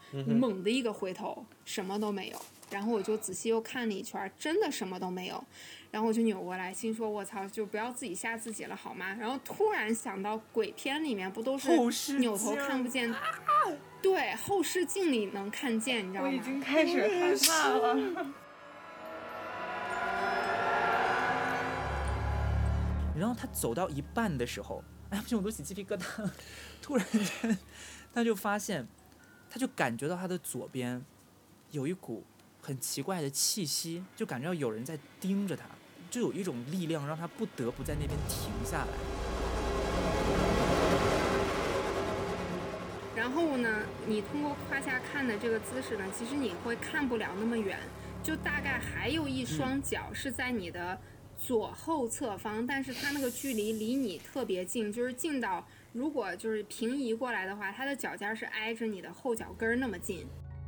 猛的一个回头，什么都没有。然后我就仔细又看了一圈，真的什么都没有。然后我就扭过来，心说我操，就不要自己吓自己了好吗？然后突然想到鬼片里面不都是扭头看不见，对，后视镜里能看见，你知道吗？ 我已经开始害怕了。 然后他走到一半的时候，哎，不行，我都起鸡皮疙瘩了。突然间，他就发现，他就感觉到他的左边有一股很奇怪的气息，就感觉到有人在盯着他，就有一种力量让他不得不在那边停下来。 然后呢，你通过胯下看的这个姿势呢，其实你会看不了那么远，就大概还有一双脚是在你的左后侧方，但是它那个距离离你特别近，就是近到如果就是平移过来的话，它的脚尖是挨着你的后脚跟那么近。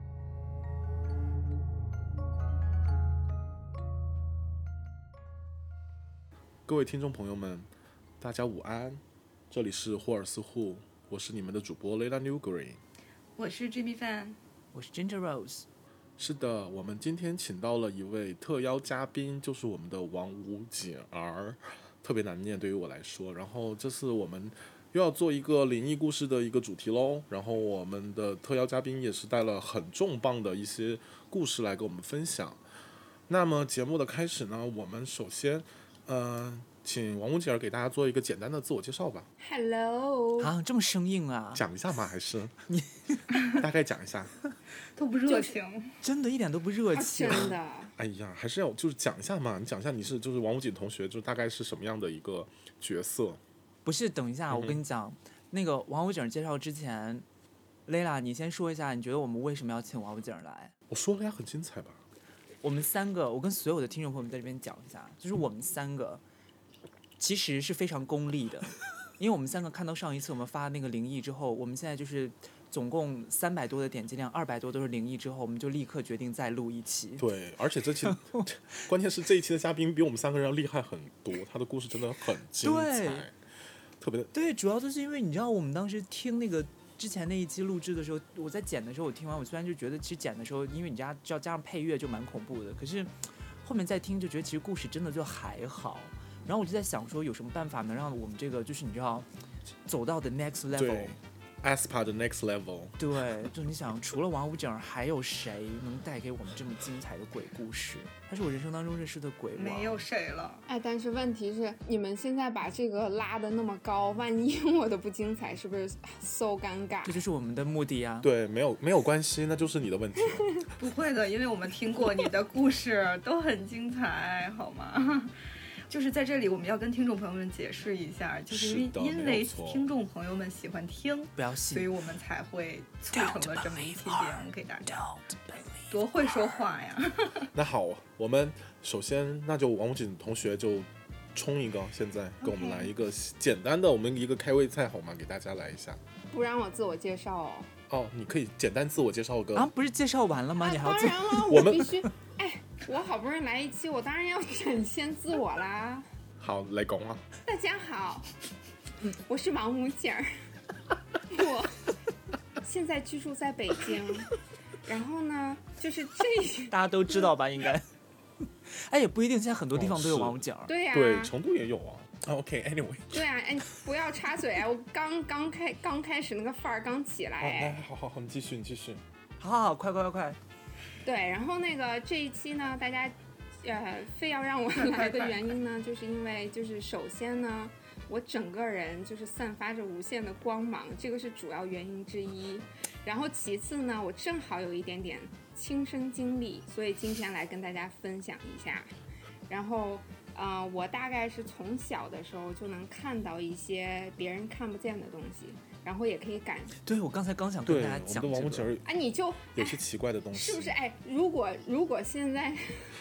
各位听众朋友们，大家午安，这里是霍尔斯户，我是你们的主播 Layla Newgreen， 我是 Jimmy Fan， 我是 Ginger Rose。 是的，我们今天请到了一位特邀嘉宾，就是我们的王武景儿，特别难念对于我来说。然后这次我们又要做一个灵异故事的一个主题咯，然后我们的特邀嘉宾也是带了很重磅的一些故事来跟我们分享。那么节目的开始呢，我们首先请王武景儿给大家做一个简单的自我介绍吧。 Hello 啊，这么生硬啊？ 讲一下吗？还是你大概讲一下？ 都不热情， 真的一点都不热情。 真的。 哎呀，还是要就是讲一下嘛，你讲一下你是就是王武景同学，就大概是什么样的一个角色？ 不是，等一下，我跟你讲，那个王武景介绍之前，Layla，你先说一下，你觉得我们为什么要请王武景来？ 我说了呀，很精彩吧？ 我们三个，我跟所有的听众朋友们在这边讲一下，就是我们三个其实是非常功利的，因为我们三个看到上一次我们发那个灵异之后，我们现在就是总共300多的点击量，200多都是灵异之后，我们就立刻决定再录一期。 对，而且这期关键是这一期的嘉宾比我们3个人要厉害很多，他的故事真的很精彩，特别的。 对，主要就是因为你知道我们当时听那个之前那一期录制的时候，我在剪的时候，我听完我虽然就觉得其实剪的时候，因为你要加上配乐就蛮恐怖的，可是后面再听就觉得其实故事真的就还好。然后我就在想说有什么办法能让我们这个就是你知道走到的 next level。 aespa 的 next level， 对，就你想，除了王武景，还有谁能带给我们这么精彩的鬼故事？他是我人生当中认识的鬼王， 没有谁了。 哎，但是问题是，你们现在把这个拉得那么高，万一我的不精彩，是不是 so 尴尬？ 这就是我们的目的啊。 对，没有关系，那就是你的问题。 不会的，因为我们听过你的故事，都很精彩，好吗？就是在这里，我们要跟听众朋友们解释一下，就是因为听众朋友们喜欢听， 不要信， 所以我们才会促成了这么一期节目给大家。多会说话呀！ 那好，我们首先那就王武景同学就冲一个，现在跟我们来一个简单的，我们一个开胃菜好吗？给大家来一下。 不让我自我介绍哦。 哦，你可以简单自我介绍个啊，不是介绍完了吗？你还要当然了，我必须。哎，我好不容易来一期，我当然要展现自我啦。 好，来讲啊！ 大家好，我是王武景儿，我现在居住在北京。然后呢，就是大家都知道吧？应该。哎，也不一定，现在很多地方都有王武景。 对呀、 对，成都也有啊。OK，anyway。 对啊，哎，不要插嘴啊！我刚开始那个范儿刚起来。 哎，好，你继续。 好，快。 对，然后那个这一期呢，大家非要让我来的原因呢，就是因为就是首先呢，我整个人就是散发着无限的光芒，这个是主要原因之一。然后其次呢，我正好有一点点亲身经历，所以今天来跟大家分享一下。然后我大概是从小的时候就能看到一些别人看不见的东西，然后也可以对，我刚才刚想跟大家讲、 我们的王武景儿啊，你就有些奇怪的东西， 是不是？哎，如果现在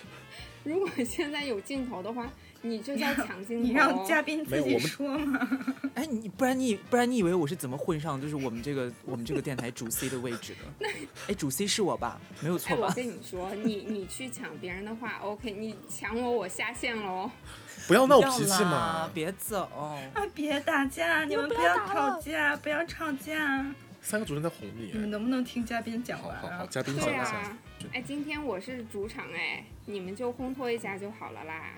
有镜头的话，你就叫抢镜头。 你让嘉宾自己说嘛。 哎，不然你以为我是怎么混上就是我们这个电台主 C 的位置的？哎，主 C 是我吧？没有错吧？ 我跟你说，你去抢别人的话 ，OK， 你抢我下线喽。 不要闹脾气嘛！ 别走啊！别打架，你们不要吵架，不要吵架。 3个主持人在哄你。 你们能不能听嘉宾讲完啊？ 好，嘉宾讲对一下。 啊，哎，今天我是主场哎，你们就烘托一下就好了啦。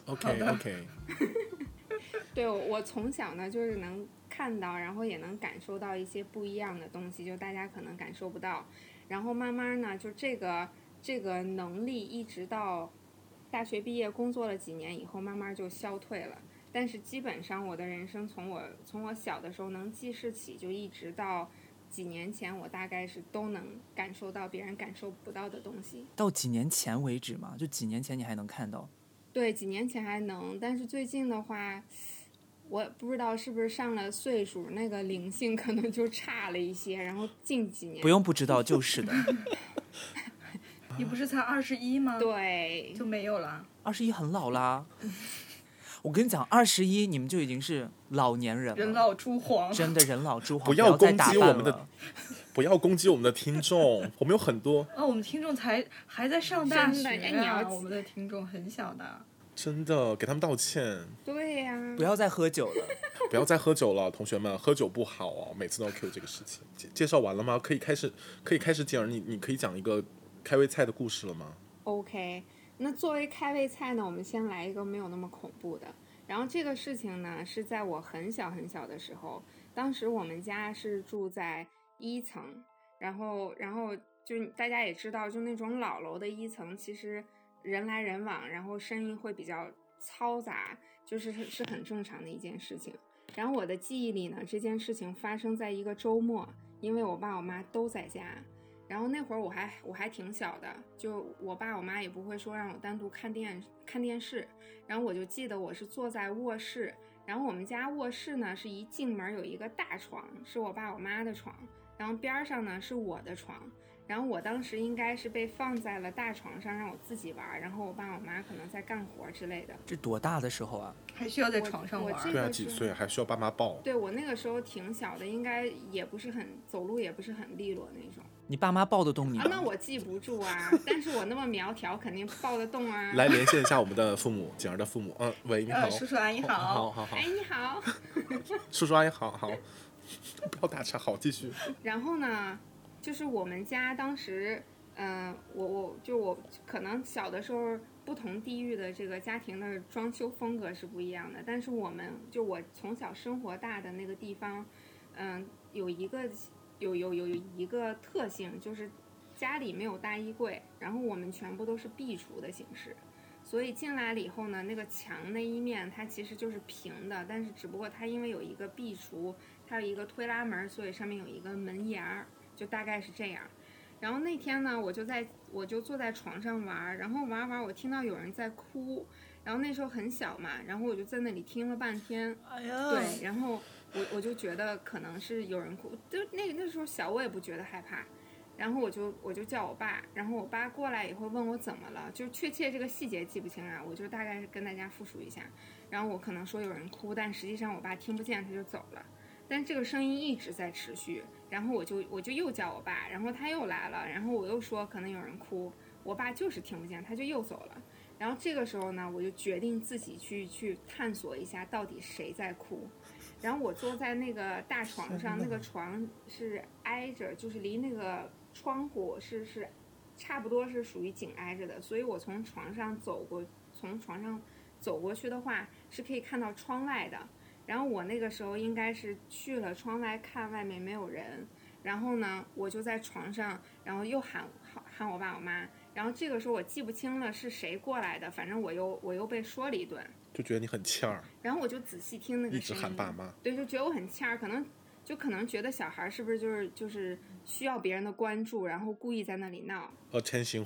OK。 对，我从小呢就是能看到，然后也能感受到一些不一样的东西，就大家可能感受不到。然后慢慢呢，就这个能力一直到大学毕业工作了几年以后，慢慢就消退了。但是基本上我的人生从我小的时候能记事起，就一直到几年前，我大概是都能感受到别人感受不到的东西。 到几年前为止嘛，就几年前你还能看到？ 对，几年前还能，但是最近的话，我不知道是不是上了岁数，那个灵性可能就差了一些。然后近几年不用不知道，就是的。 你不是才21吗？ 对， 就没有了。 21很老啦。我跟你讲，21你们就已经是老年人了， 人老珠黄， 真的人老珠黄。 不要攻击我们的， 不要攻击我们的听众，我们有很多我们听众还在上大学啊， 我们的听众很小的， 真的给他们道歉。 对呀， 不要再喝酒了， 不要再喝酒了，同学们，喝酒不好哦，每次都要 Q 这个事情。介绍完了吗？可以开始景儿，你可以讲一个开胃菜的故事了吗 ？OK。那作为开胃菜呢，我们先来一个没有那么恐怖的。然后这个事情呢，是在我很小很小的时候，当时我们家是住在1层，然后就大家也知道，就那种老楼的1层，其实人来人往，然后声音会比较嘈杂，是很正常的一件事情。然后我的记忆里呢，这件事情发生在一个周末，因为我爸我妈都在家。然后那会儿我还挺小的，就我爸我妈也不会说让我单独看电视，然后我就记得我是坐在卧室，然后我们家卧室呢是一进门有一个大床，是我爸我妈的床，然后边上呢是我的床，然后我当时应该是被放在了大床上让我自己玩，然后我爸我妈可能在干活之类的。 这多大的时候啊？ 还需要在床上玩？ 对啊，几岁还需要爸妈抱？ 对，我那个时候挺小的，应该也不是走路也不是很利落那种。 你爸妈抱得动你吗？ 那我记不住啊，但是我那么苗条，肯定抱得动啊。 来连线一下我们的父母，景儿的父母。喂，你好。 叔叔阿姨好。 好。 哎，你好。 叔叔阿姨好。不要打岔，好，继续。 然后呢，就是我们家当时，我可能小的时候，不同地域的这个家庭的装修风格是不一样的，但是我从小生活大的那个地方，有一个特性，就是家里没有大衣柜，然后我们全部都是壁橱的形式，所以进来了以后呢，那个墙那一面它其实就是平的，但是只不过它因为有一个壁橱，它有一个推拉门，所以上面有一个门沿儿，就大概是这样。然后那天呢，我就坐在床上玩，然后玩我听到有人在哭，然后那时候很小嘛，然后我就在那里听了半天， 哎呀， 对，然后我就觉得可能是有人哭，就那时候小，我也不觉得害怕，然后我就叫我爸，然后我爸过来以后问我怎么了，就确切这个细节记不清啊，我就大概跟大家复述一下，然后我可能说有人哭，但实际上我爸听不见，他就走了。但这个声音一直在持续，然后我就又叫我爸，然后他又来了，然后我又说可能有人哭，我爸就是听不见，他就又走了。然后这个时候呢，我就决定自己去探索一下到底谁在哭。然后我坐在那个大床上，那个床是挨着，就是离那个窗户是差不多是属于紧挨着的，所以我从床上走过去的话，是可以看到窗外的。然后我那个时候应该是去了窗外看外面没有人，然后呢我就在床上，然后又喊我爸我妈，然后这个时候我记不清了是谁过来的，反正我又被说了一顿， 就觉得你很欠儿， 然后我就仔细听那个声音， 一直喊爸妈， 对，就觉得我很欠儿，可能觉得小孩是不是就是需要别人的关注，然后故意在那里闹 attention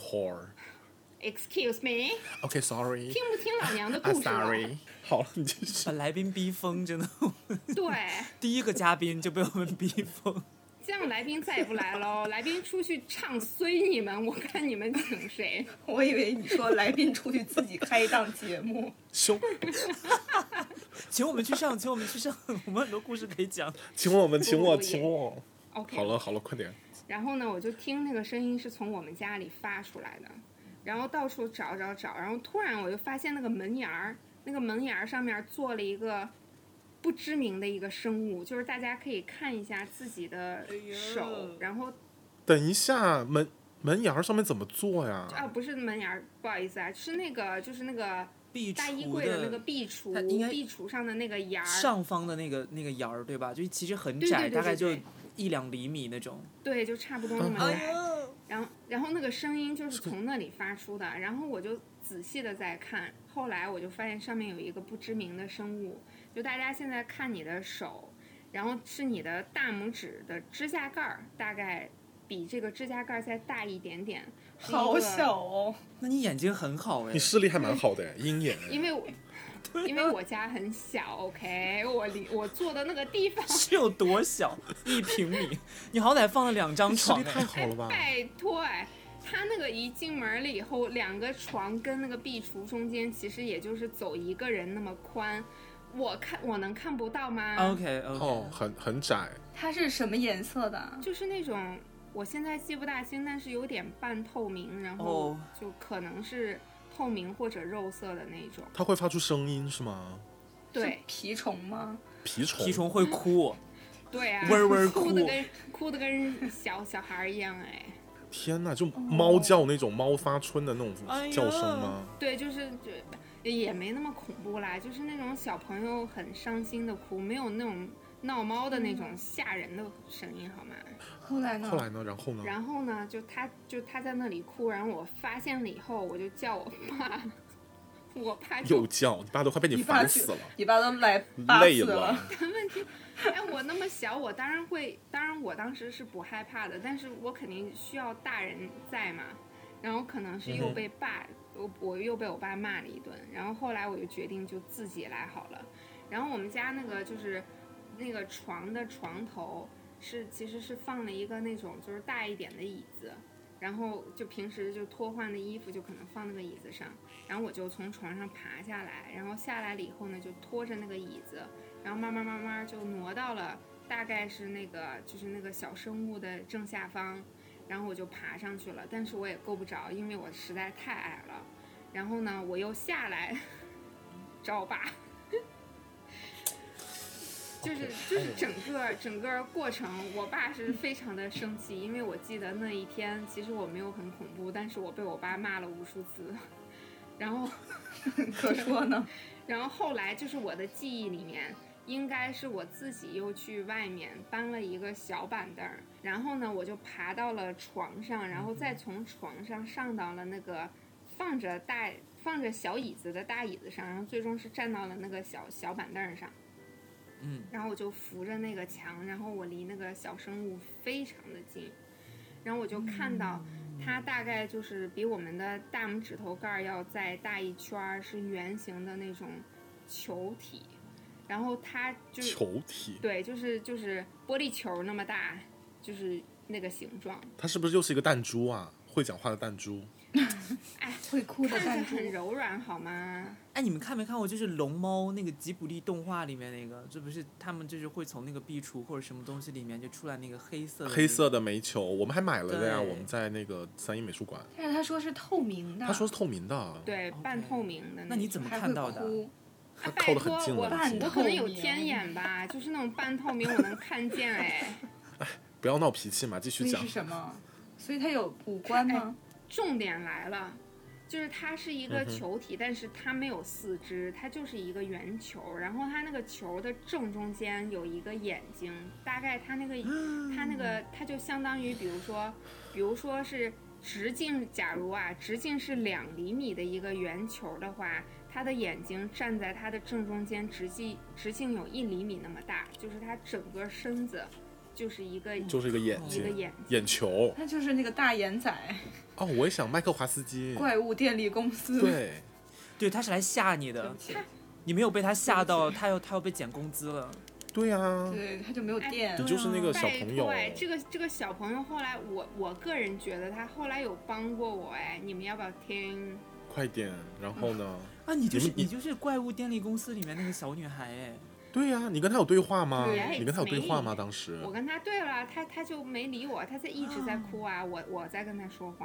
whore。Excuse me。Okay, sorry。 听不听老娘的故事了 ？Sorry。好了，你继续。 把来宾逼疯，真的。 对。 第一个嘉宾就被我们逼疯。 这样来宾再也不来喽，来宾出去唱衰你们，我看你们请谁？ 我以为你说来宾出去自己开一档节目。 凶。 请我们去上，我们很多故事可以讲。 请我。 OK。 好了，快点。 然后呢，我就听那个声音是从我们家里发出来的。然后到处找，然后突然我就发现那个门沿儿上面坐了一个不不知名的一个生物，就是大家可以看一下自己的手，然后等一下，门牙上面怎么做呀？ 不是门牙，不好意思啊，是那个就是那个壁大衣橱柜的那个壁橱， 它应该壁橱上的那个牙上方的那个沿儿，对吧？就其实很对窄，大概就对 1-2厘米那种。 对，就差不多那么窄。 呦， 然后那个声音就是从那里发出的，然后我就仔细的在看，后来我就发现上面有一个不知名的生物，就大家现在看你的手，然后是你的大拇指的指甲盖儿，大概比这个指甲盖儿再大一点点， 好小哦。 那你眼睛很好哎你。视力还蛮好的，鹰眼。 因为我家很小 ，OK，我坐的那个地方是有多小？1平米，你好歹放了2张床视力太好了吧？ 拜托他那个一进门了以后，2个床跟那个壁橱中间其实也就是走一个人那么宽，我能看不到吗 OK， 哦，很窄。 它是什么颜色的？ 就是那种我现在记不大清，但是有点半透明，然后哦就可能是透明或者肉色的那种。 它会发出声音是吗？ 对是蜱虫吗？ 蜱虫。 蜱虫会哭。 对啊， 嗡嗡哭哭哭的跟小孩一样哎。 天哪，就猫叫那种猫发春的那种叫声吗？ 对，就是也没那么恐怖啦，就是那种小朋友很伤心的哭，没有那种闹猫的那种吓人的声音，好吗？ 后来呢？ 后来呢？然后呢？ 然后呢，就他在那里哭，然后我发现了以后，我就叫我爸，我爸就又叫，你爸都快被你烦死了， 你爸都来8 累次了。 问题，我那么小，我当然我当时是不害怕的，但是我肯定需要大人在嘛，然后可能是又被我又被我爸骂了一顿，然后后来我就决定就自己来好了，然后我们家那个就是那个床的床头其实是放了一个那种就是大一点的椅子。然后就平时就脱换的衣服就可能放那个椅子上，然后我就从床上爬下来，然后下来了以后呢，就拖着那个椅子，然后慢慢就挪到了大概是那个就是那个小生物的正下方，然后我就爬上去了，但是我也够不着，因为我实在太矮了。然后呢，我又下来找我爸。就是整个过程，我爸是非常的生气，因为我记得那一天其实我没有很恐怖，但是我被我爸骂了无数次，然后可说呢。 然后后来就是我的记忆里面，应该是我自己又去外面搬了一个小板凳，然后呢我就爬到了床上，然后再从床上上到了那个放着小椅子的大椅子上，然后最终是站到了那个小板凳上。然后我就扶着那个墙，然后我离那个小生物非常的近，然后我就看到它大概就是比我们的大拇指头盖要再大一圈，是圆形的那种球体，然后它就是球体， 对，就是玻璃球那么大，就是那个形状。 它是不是就是一个弹珠啊？会讲话的弹珠？ 哎， 会哭的看着弹珠很柔软好吗？ 哎，你们看没看过就是龙猫那个吉卜力动画里面那个，这不是他们就是会从那个壁橱或者什么东西里面就出来那个黑色的煤球，我们还买了的呀， 对我们在那个3一美术馆。 但是他说是透明的。 他说是透明的。 对，半透明的那你怎么还看到的？ 会哭。 他靠得很近我了。 我可能有天眼吧，就是那种半透明，我能看见哎。 不要闹脾气嘛，继续讲所以是。什么？所以它有五官吗？ 重点来了，就是它是一个球体，但是它没有四肢，它就是一个圆球，然后它那个球的正中间有一个眼睛，大概它它就相当于比如说是直径，假如直径是2厘米的一个圆球的话，它的眼睛站在它的正中间，直径有1厘米那么大，就是它整个身子就是一个眼睛，眼球。 它就是那个大眼仔。 哦，我也想麦克华斯基。 怪物电力公司。 对， 他是来吓你的，你没有被他吓到，他要被减工资了。 对啊。 对，他就没有电。 你就是那个小朋友。 这个小朋友后来我个人觉得他后来有帮过我你们要不要听？ 快点，然后呢？ 你就是怪物电力公司里面那个小女孩哎。 对呀，你跟他有对话吗？你跟他有对话吗？当时我跟他对了，他就没理我，他一直在哭我在跟他说话。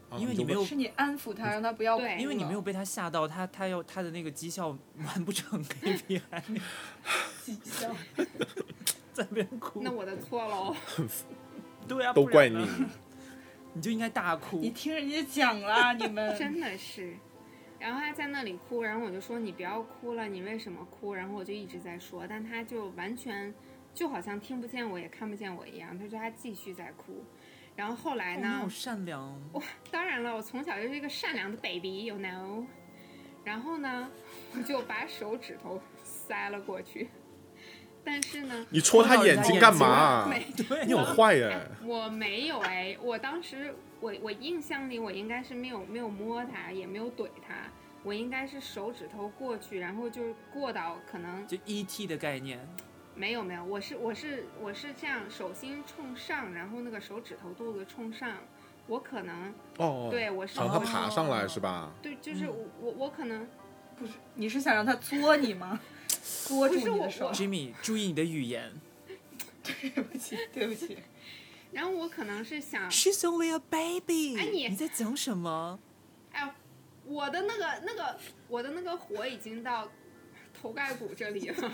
因为你没有是你安抚他，让他不要哭了。 因为你没有被他吓到，他的那个绩效完不成 KPI， 绩效在那边哭。 那我的错喽。 对啊， 都怪你， 你就应该大哭。 你听人家讲啦，你们真的是。然后他在那里哭，然后我就说你不要哭了，你为什么哭？然后我就一直在说，但他就完全就好像听不见我也看不见我一样，他说他继续在哭。然后后来呢？ 你好善良。 当然了，我从小就是一个善良的 baby，you know。然后呢，我就把手指头塞了过去。但是呢， 你戳他眼睛干嘛？你很坏耶！ 我没有哎，我当时我印象里我应该是没有摸他，也没有怼他，我应该是手指头过去，然后就过到可能就 ET 的概念。 没有，我是这样，手心冲上，然后那个手指头肚子冲上，我可能对我是让他爬上来是吧？ 对，就是我可能不是，你是想让他作你吗？捉住你的手 ，Jimmy， 注意你的语言。 对不起。 然后我可能是想 ，She's only a baby。 哎，你在讲什么？ 哎，我的那个火已经到头盖骨这里了。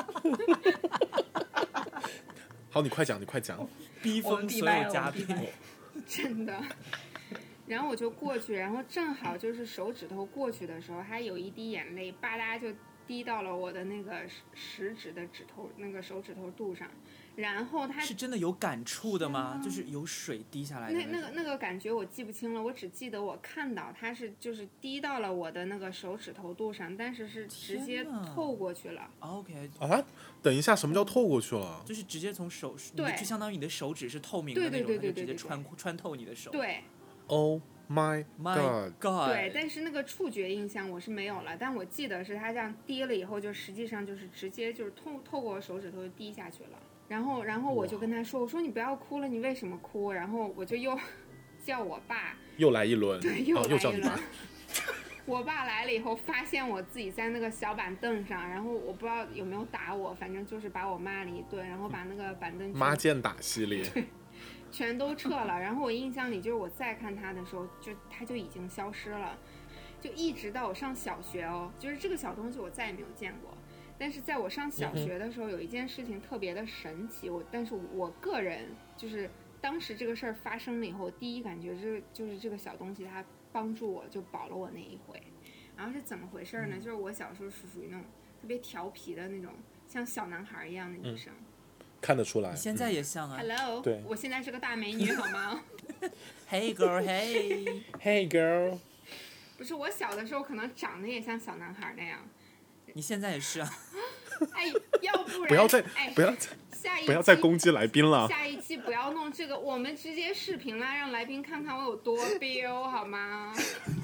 好，你快讲， 逼疯所有嘉宾。 真的。然后我就过去，然后正好就是手指头过去的时候，还有一滴眼泪吧嗒就滴到了我的那个食指的指头，那个手指头肚上。然后它是真的有感触的吗？就是有水滴下来的那个感觉我记不清了，我只记得我看到它是就是滴到了我的那个手指头肚上，但是是直接透过去了。 OK 啊，等一下，什么叫透过去了？ 就是直接从手， 对， 就相当于你的手指是透明的那种， 对， 直接穿透你的手。 对。 Oh my god！ 对，但是那个触觉印象我是没有了，但我记得是它这样滴了以后，就实际上就是直接就是透过手指头就滴下去了。然后我就跟他说，我说你不要哭了，你为什么哭？然后我就又叫我爸， 又来一轮， 对，又叫你爸。 我爸来了以后，发现我自己在那个小板凳上，然后我不知道有没有打我，反正就是把我骂了一顿，然后把那个板凳妈见打系列全都撤了。然后我印象里就是我再看他的时候，他就已经消失了，就一直到我上小学哦，就是这个小东西我再也没有见过。但是在我上小学的时候，有一件事情特别的神奇，但是我个人就是当时这个事儿发生了以后，第一感觉就是这个小东西它帮助我，就保了我那一回。然后是怎么回事呢？就是我小时候是属于那种特别调皮的那种，像小男孩一样的女生。 看得出来， 你现在也像啊。 Hello， 对， 我现在是个大美女，好吗 ？Hey girl，Hey，Hey girl。 不是，我小的时候可能长得也像小男孩那样。 你现在也是啊。 哎，要不然不要再攻击来宾了。 下一期不要弄这个，我们直接视频啦，让来宾看看我有多彪，好吗？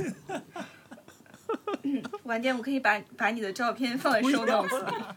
晚点我可以把你的照片放在show notes。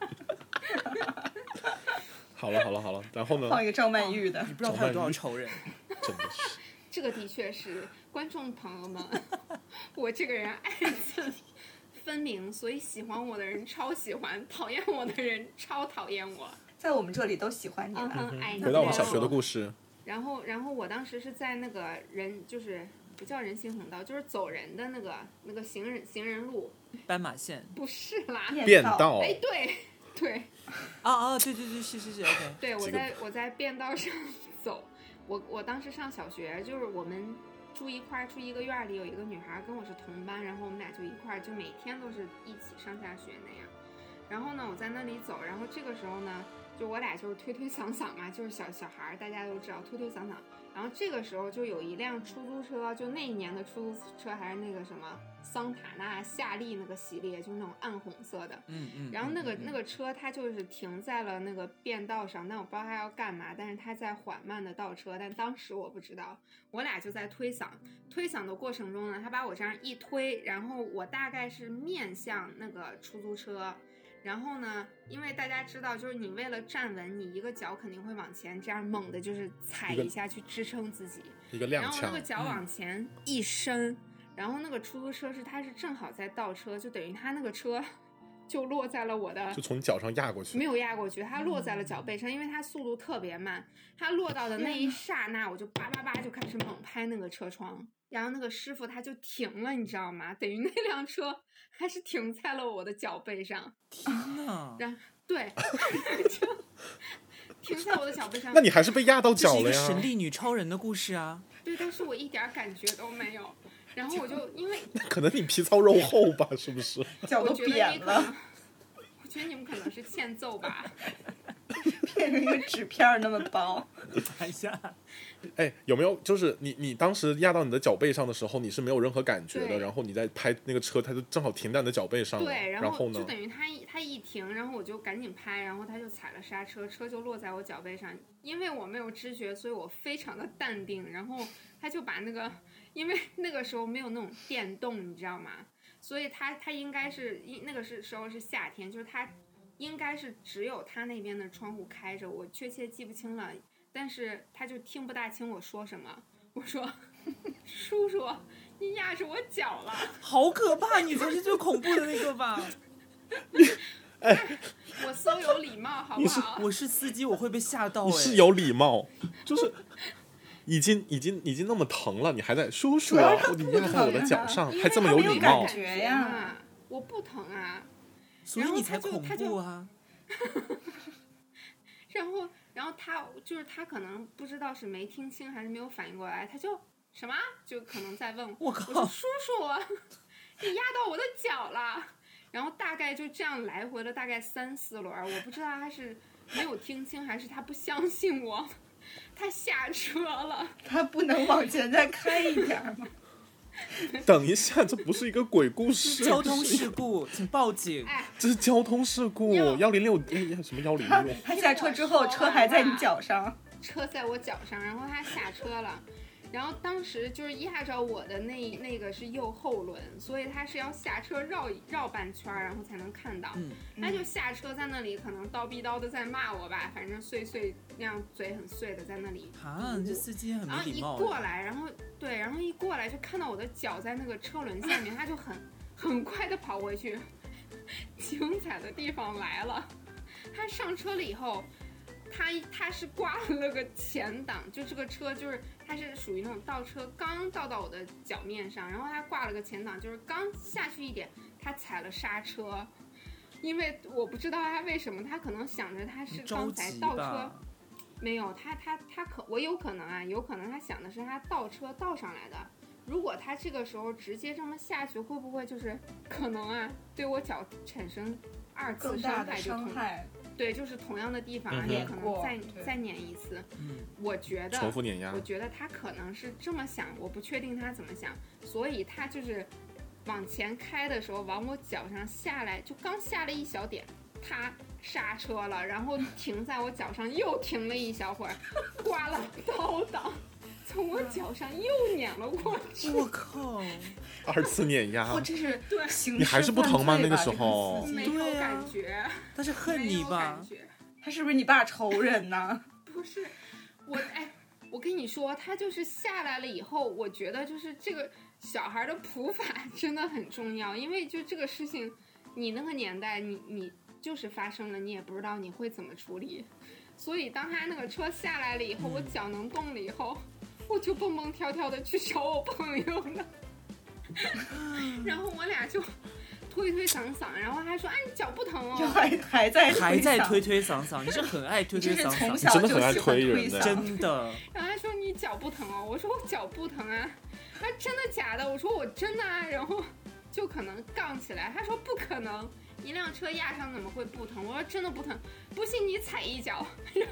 好了，然后呢？ 放一个赵曼玉的， 你不知道他有多少仇人， 真的是。 这个的确是，观众朋友们，我这个人暗自分明，所以喜欢我的人超喜欢，讨厌我的人超讨厌我。 在我们这里都喜欢你了。 回到我们小学的故事。 然后我当时是在那个就是不叫人行横道，就是走人的那个行人路。 斑马线。 不是啦。 便道。 哎，对。 对，是 OK。 对，我在便道上走。我当时上小学，就是我们住一个院里有一个女孩跟我是同班，然后我们俩就一块就每天都是一起上下学那样。然后呢，我在那里走，然后这个时候呢，就我俩就是推推搡搡嘛，就是小孩大家都知道推推搡搡。然后这个时候就有一辆出租车，就那一年的出租车还是那个什么桑塔纳夏利那个系列，就是那种暗红色的。然后那个车它就是停在了那个便道上，但我不知道它要干嘛，但是它在缓慢的倒车，但当时我不知道，我俩就在推搡的过程中呢，他把我这样一推，然后我大概是面向那个出租车。然后呢，因为大家知道，就是你为了站稳，你一个脚肯定会往前，这样猛的就是踩一下去支撑自己， 一个踉跄， 然后那个脚往前一伸，然后那个出租车它是正好在倒车，就等于他那个车就落在了我的， 就从你脚上压过去， 没有压过去，它落在了脚背上，因为它速度特别慢，它落到的那一刹那，我就叭叭叭就开始猛拍那个车窗，然后那个师傅他就停了，你知道吗？等于那辆车还是停在了我的脚背上。 天哪！ 对，就停在我的脚背上。 那你还是被压到脚了呀？ 这是一个神力女超人的故事啊。 对，但是我一点感觉都没有。然后我就因为可能你皮糙肉厚吧，是不是？ 脚都扁了。 我觉得你们可能是欠揍吧， 变成一个纸片那么薄。 哎呀， 哎，有没有就是你当时压到你的脚背上的时候，你是没有任何感觉的，然后你在拍那个车，它就正好停在你的脚背上了。 对， 然后呢？ 就等于它一停，然后我就赶紧拍，然后它就踩了刹车，车就落在我脚背上。因为我没有知觉，所以我非常的淡定。然后他就把那个，因为那个时候没有那种电动，你知道吗？所以他应该是那个时候是夏天，就是他应该是只有他那边的窗户开着，我确切记不清了。但是他就听不大清我说什么，我说叔叔你压着我脚了， 好可怕，你才是最恐怖的那个吧。 哎， 我so有礼貌好不好？ 我是司机，我会被吓到。 你是有礼貌，就是已经那么疼了，你还在叔叔啊，你压在我的脚上，还这么有礼貌。 感觉呀， 我不疼啊， 所以你才恐怖啊。 然后他可能不知道是没听清还是没有反应过来，他就什么就可能在问我靠， 我说叔叔你压到我的脚了，然后大概就这样来回了大概3-4轮，我不知道他是没有听清还是他不相信我，他下车了。 他不能往前再开一点吗？ 等一下，这不是一个鬼故事， 交通事故，请报警。 这是交通事故，106什么106？ 他下车之后，车还在你脚上， 车在我脚上，然后他下车了。然后当时就是压着我的那个是右后轮，所以他是要下车绕半圈，然后才能看到。他就下车在那里，可能叨逼叨的在骂我吧，反正碎那样嘴很碎的在那里。 啊，这司机很没礼貌。 然后一过来，然后一过来就看到我的脚在那个车轮下面，他就很快的跑回去。精彩的地方来了，他上车了以后。他是挂了个前挡，就这个车就是它是属于那种倒车，刚倒到我的脚面上，然后他挂了个前挡，就是刚下去一点，他踩了刹车，因为我不知道他为什么，他可能想着他是刚才倒车，没有，我有可能啊，有可能他想的是他倒车倒上来的。如果他这个时候直接这么下去，会不会就是可能啊，对我脚产生2次伤害？ 伤害。 对，就是同样的地方，也可能再碾一次。我觉得重复碾压。 我觉得他可能是这么想，我不确定他怎么想，所以他就是往前开的时候，往我脚上下来，就刚下了一小点，他刹车了，然后停在我脚上，又停了一小会儿，挂了倒档，从我脚上又碾了过去。 我靠 ！2次碾压， 这是对， 你还是不疼吗？那个时候没有感觉， 他是恨你吧？ 他是不是你爸仇人呢？ 不是，我跟你说，他就是下来了以后，我觉得就是这个小孩的普法真的很重要，因为就这个事情，你那个年代，你就是发生了，你也不知道你会怎么处理，所以当他那个车下来了以后，我脚能动了以后，我就蹦蹦跳跳的去找我朋友了。然后我俩就推搡搡，然后还说：“哎，你脚不疼哦？” 就还在推搡搡，你是很爱推搡搡， 你真的很爱推人的， 真的。 然后他说：“你脚不疼哦？”我说：“我脚不疼啊。”他说：“真的假的？”我说：“我真的啊。”然后就可能杠起来。他说：“不可能，一辆车压上怎么会不疼？”我说：“真的不疼，不信你踩一脚。”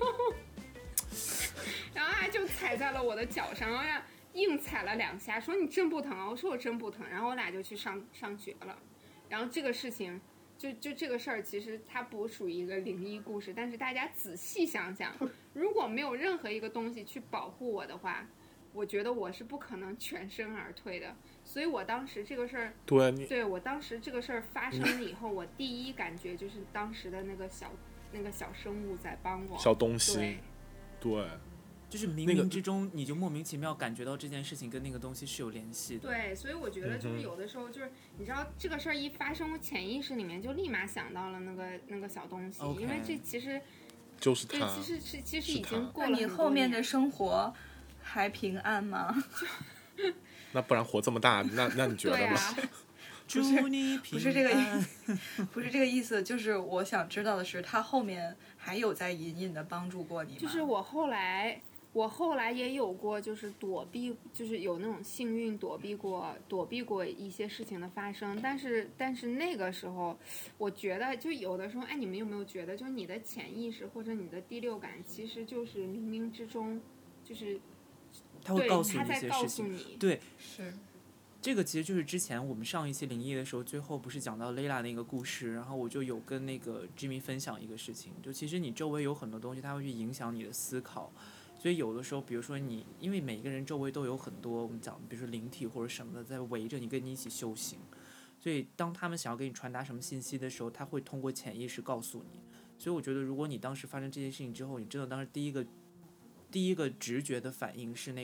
然后他就踩在了我的脚上，然后硬踩了2下，说你真不疼啊？我说我真不疼。然后我俩就去上学了。然后这个事情，就这个事儿，其实它不属于一个灵异故事，但是大家仔细想想，如果没有任何一个东西去保护我的话，我觉得我是不可能全身而退的。所以我当时这个事儿，对我当时这个事儿发生了以后，我第一感觉就是当时的那个小生物在帮我， 小东西，对。 就是冥冥之中你就莫名其妙感觉到这件事情跟那个东西是有联系的。 对，所以我觉得就是有的时候就是你知道这个事儿一发生，我潜意识里面就立马想到了那个小东西， Okay. 因为这其实就是他， 对，其实已经过了很多年。 那你后面的生活还平安吗？ 那不然活这么大，那你觉得呢？ 对啊， 祝你平安。 不是这个不是这个意思，就是我想知道的是，他后面还有在隐隐的帮助过你吗？ 就是我后来也有过，就是躲避，就是有那种幸运躲避过一些事情的发生，但是那个时候，我觉得就有的时候，哎，你们有没有觉得，就是你的潜意识或者你的第六感，其实就是冥冥之中，就是他会告诉他在告你一些事情。 诉你， 对， 是这个其实就是之前我们上一期灵异的时候，最后不是讲到 Layla 那个故事，然后我就有跟那个 Jimmy 分享一个事情，就其实你周围有很多东西，它会去影响你的思考。所以有的时候，比如说你，因为每个人周围都有很多我们讲，比如说灵体或者什么的，在围着你，跟你一起修行。所以当他们想要给你传达什么信息的时候，他会通过潜意识告诉你。所以我觉得，如果你当时发生这件事情之后，你真的当时第一个直觉的反应是那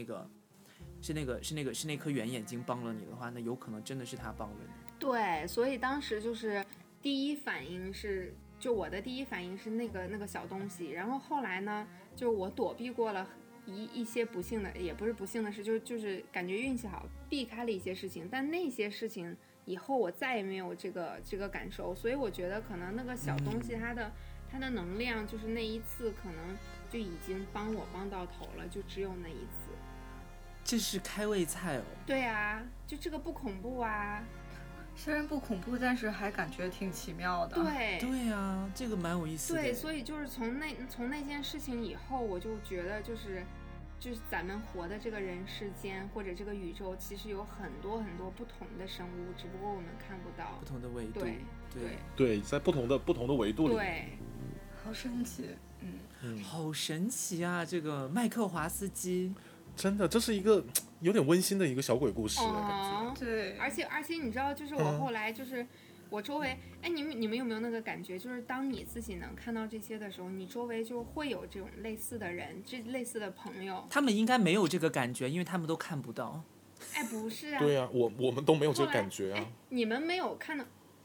颗圆眼睛帮了你的话，那有可能真的是他帮了你。 对，所以当时就是第一反应是，就我的第一反应是那个小东西，然后后来呢，就我躲避过了一些不幸的，也不是不幸的事，就是感觉运气好，避开了一些事情，但那些事情以后我再也没有这个感受，所以我觉得可能那个小东西它的能量，就是那一次可能就已经帮到头了，就只有那一次。 这是开胃菜哦。 对啊，就这个不恐怖啊。 虽然不恐怖，但是还感觉挺奇妙的。 对对啊，这个蛮有意思的。 对，所以就是从那件事情以后，我就觉得就是咱们活的这个人世间或者这个宇宙，其实有很多很多不同的生物，只不过我们看不到。 不同的维度。 对， 在不同的维度里。 对， 好神奇。 好神奇啊！这个麦克华斯基。 真的，这是一个有点温馨的一个小鬼故事，感觉。 对， 而且你知道，就是我后来就是我周围，哎，你们有没有那个感觉，就是当你自己能看到这些的时候，你周围就会有这种类似的人，类似的朋友。 他们应该没有这个感觉，因为他们都看不到。 哎，不是啊。 对啊，我们都没有这个感觉啊。 你们没有看到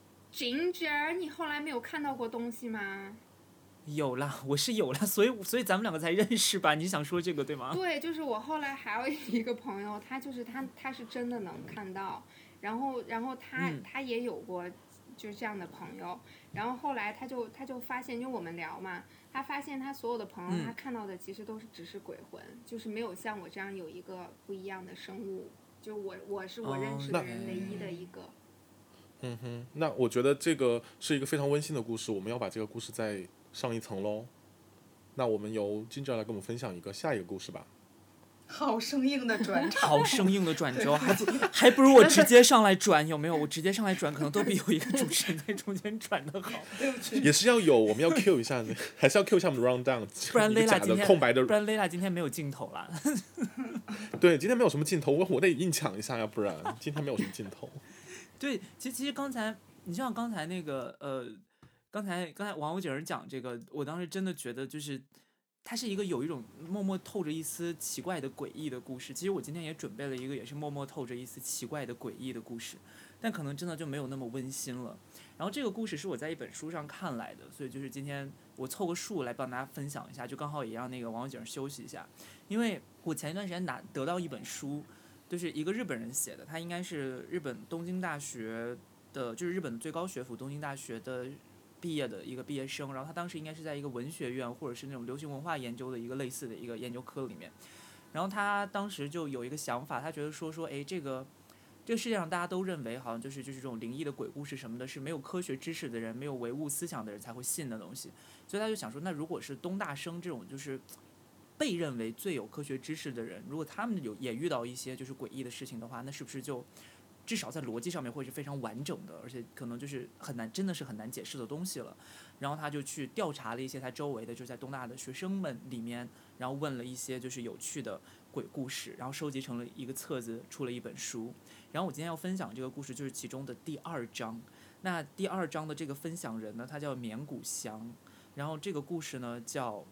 Ginger， 你后来没有看到过东西吗？ 有啦，我是有啦，所以咱们两个才认识吧？你想说这个对吗？ 对，就是我后来还有一个朋友，他是真的能看到，然后他也有过就是这样的朋友，然后后来他就发现，就我们聊嘛，他发现他所有的朋友，他看到的其实都是只是鬼魂，就是没有像我这样有一个不一样的生物，就我是我认识的人唯一的一个。 那我觉得这个是一个非常温馨的故事，我们要把这个故事再上一层喽。那我们由 Ginger 来跟我们分享下一个故事吧。 好生硬的转场， 好生硬的转折，还不如我直接上来转，有没有？我直接上来转，可能都比有一个主持人在中间转的好。 也是要有，我们要 Q 一下，还是要 Q 一下我们的 round down， 不然 Layla 今天空白的， 不然 Layla 今天没有镜头啦。 对，今天没有什么镜头，我得硬抢一下，要不然今天没有什么镜头。 对，其实刚才你像刚才那个刚才王友姐讲这个，我当时真的觉得就是它是一个有一种默默透着一丝奇怪的诡异的故事。其实我今天也准备了一个也是默默透着一丝奇怪的诡异的故事，但可能真的就没有那么温馨了。然后这个故事是我在一本书上看来的，所以就是今天我凑个数来帮大家分享一下，就刚好也让那个王友姐休息一下。因为我前一段时间得到一本书，就是一个日本人写的，他应该是日本东京大学的，就是日本最高学府东京大学的毕业的一个毕业生，然后他当时应该是在一个文学院或者是那种流行文化研究的一个类似的一个研究科里面，然后他当时就有一个想法，他觉得说哎，这个世界上大家都认为好像就是这种灵异的鬼故事什么的是没有科学知识的人，没有唯物思想的人才会信的东西，所以他就想说，那如果是东大生这种就是被认为最有科学知识的人，如果他们也遇到一些就是诡异的事情的话，那是不是就至少在逻辑上面会是非常完整的，而且可能就是真的是很难解释的东西了。然后他就去调查了一些他周围的就是在东大的学生们里面，然后问了一些就是有趣的鬼故事，然后收集成了一个册子，出了一本书。然后我今天要分享这个故事就是其中的第2章。那第2章的这个分享人呢，他叫绵谷祥，然后这个故事呢叫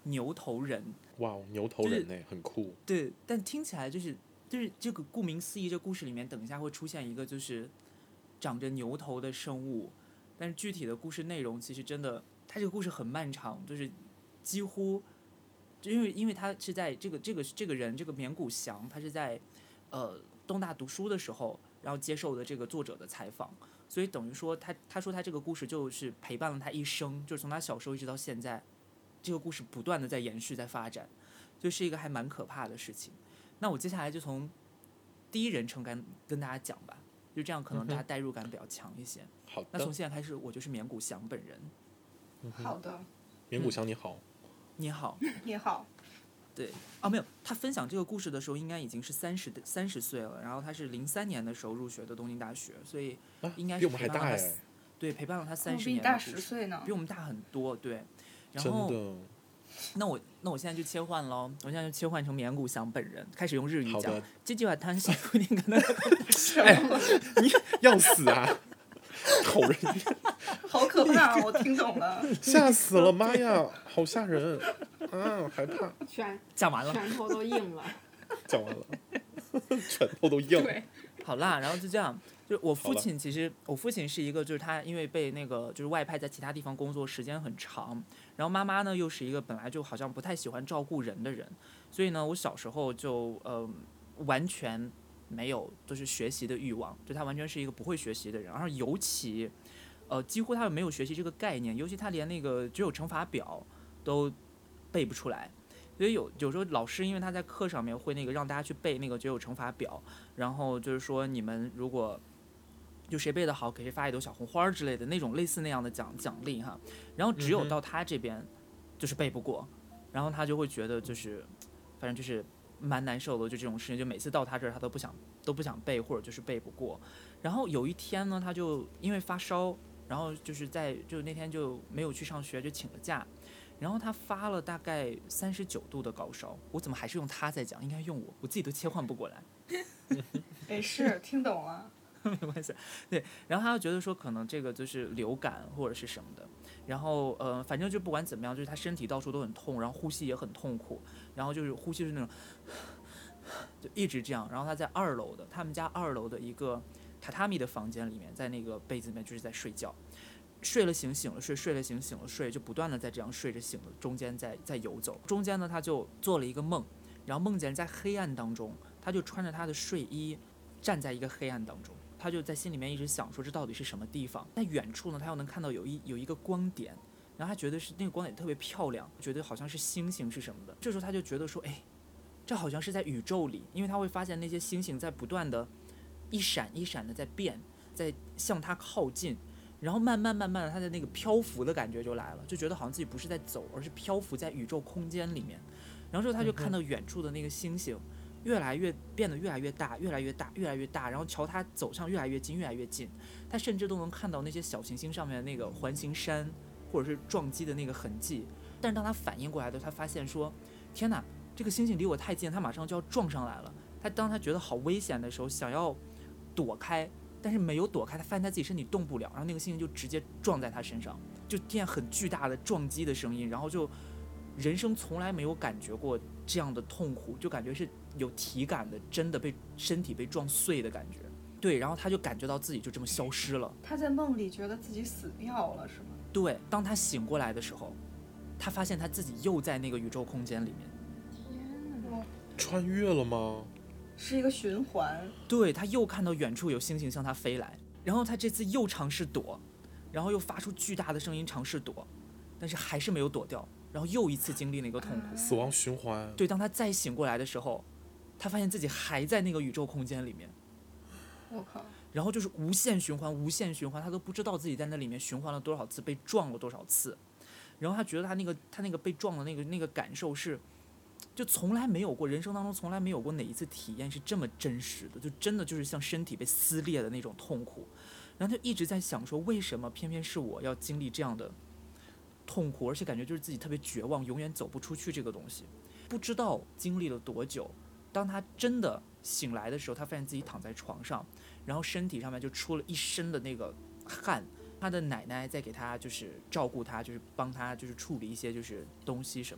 牛头人。 哇，牛头人呢，很酷。 对，但听起来就是这个顾名思义，这故事里面等一下会出现一个就是长着牛头的生物，但是具体的故事内容其实真的，它这个故事很漫长，就是几乎因为他是在这个人这个绵谷祥，他是在东大读书的时候，然后接受的这个作者的采访，所以等于说他说他这个故事就是陪伴了他一生，就是从他小时候一直到现在，这个故事不断的在延续在发展，就是一个还蛮可怕的事情。那我接下来就从第一人称跟大家讲吧，就这样可能大家代入感比较强一些。 好的。 那从现在开始，我就是绵谷祥本人。 好的。 绵谷祥你好。 你好。 你好。 对啊，没有，他分享这个故事的时候应该已经是30岁了，然后他是03年的时候入学的东京大学，所以应该是比我们还大哎。 对，陪伴了他30年的故事。 比你大10岁呢。 比我们大很多，对。然后真的。 那我现在就切换咯，我现在就切换成绵谷祥本人，开始用日语讲。这句话谈幸福点可能。 你要死啊！好人。 好可怕啊！我听懂了。 吓死了，妈呀，好吓人啊，害怕。 讲完了。 拳头都硬了。 讲完了。拳头都硬了。 对。 好啦，然后就这样。就我父亲其实，我父亲是一个，就是他因为被那个就是外派在其他地方工作时间很长，然后妈妈呢又是一个本来就好像不太喜欢照顾人的人，所以呢我小时候就完全没有就是学习的欲望，就他完全是一个不会学习的人，然后尤其几乎他没有学习这个概念，尤其他连那个只有乘法表都背不出来。所以有时候老师因为他在课上面会那个让大家去背那个只有乘法表，然后就是说你们如果就谁背得好给谁发一朵小红花之类的那种类似那样的奖励哈，然后只有到他这边就是背不过，然后他就会觉得就是反正就是蛮难受的，就这种事情就每次到他这儿他都不想背或者就是背不过。然后有一天呢他就因为发烧，然后就是就那天就没有去上学，就请了假，然后他发了大概39度的高烧，我怎么还是用他在讲，应该用我自己都切换不过来。 没事，听懂了。 没关系，对，然后他就觉得说可能这个就是流感或者是什么的，然后反正就不管怎么样，就是他身体到处都很痛，然后呼吸也很痛苦，然后就是呼吸是那种就一直这样，然后他在他们家2楼的一个榻榻米的房间里面，在那个被子里面就是在睡觉，睡了醒，醒了睡，睡了醒，醒了睡，就不断的在这样睡着醒了，中间在游走，中间呢他就做了一个梦，然后梦见在黑暗当中，他就穿着他的睡衣站在一个黑暗当中，他就在心里面一直想说这到底是什么地方。在远处呢他又能看到有一个光点，然后他觉得是那个光点特别漂亮，觉得好像是星星是什么的。这时候他就觉得说这好像是在宇宙里，因为他会发现那些星星在不断的一闪一闪的在变，在向他靠近，然后慢慢的他的那个漂浮的感觉就来了，就觉得好像自己不是在走，而是漂浮在宇宙空间里面。然后之后他就看到远处的那个星星变得越来越大，越来越大，越来越大，然后朝他走向越来越近，越来越近。他甚至都能看到那些小行星上面的那个环形山，或者是撞击的那个痕迹。但是当他反应过来的时候，他发现说：“天哪，这个星星离我太近，他马上就要撞上来了。”当他觉得好危险的时候，想要躲开，但是没有躲开，他发现他自己身体动不了，然后那个星星就直接撞在他身上，就听见很巨大的撞击的声音，然后就人生从来没有感觉过这样的痛苦，就感觉是有体感的，真的身体被撞碎的感觉。对，然后他就感觉到自己就这么消失了。 他在梦里觉得自己死掉了，是吗？ 对，当他醒过来的时候，他发现他自己又在那个宇宙空间里面。 天哪！ 穿越了吗？ 是一个循环。 对，他又看到远处有星星向他飞来，然后他这次又尝试躲，然后又发出巨大的声音尝试躲，但是还是没有躲掉，然后又一次经历了一个痛苦。 死亡循环。 对，当他再醒过来的时候，他发现自己还在那个宇宙空间里面。 我靠！ 然后就是无限循环，无限循环，他都不知道自己在那里面循环了多少次，被撞了多少次。然后他觉得他那个被撞的那个感受是，就从来没有过，人生当中从来没有过哪一次体验是这么真实的，就真的就是像身体被撕裂的那种痛苦。然后就一直在想说，为什么偏偏是我要经历这样的痛苦，而且感觉就是自己特别绝望，永远走不出去这个东西。不知道经历了多久，当他真的醒来的时候，他发现自己躺在床上，然后身体上面就出了一身的那个汗。他的奶奶在给他就是照顾他，就是帮他就是处理一些就是东西什么的。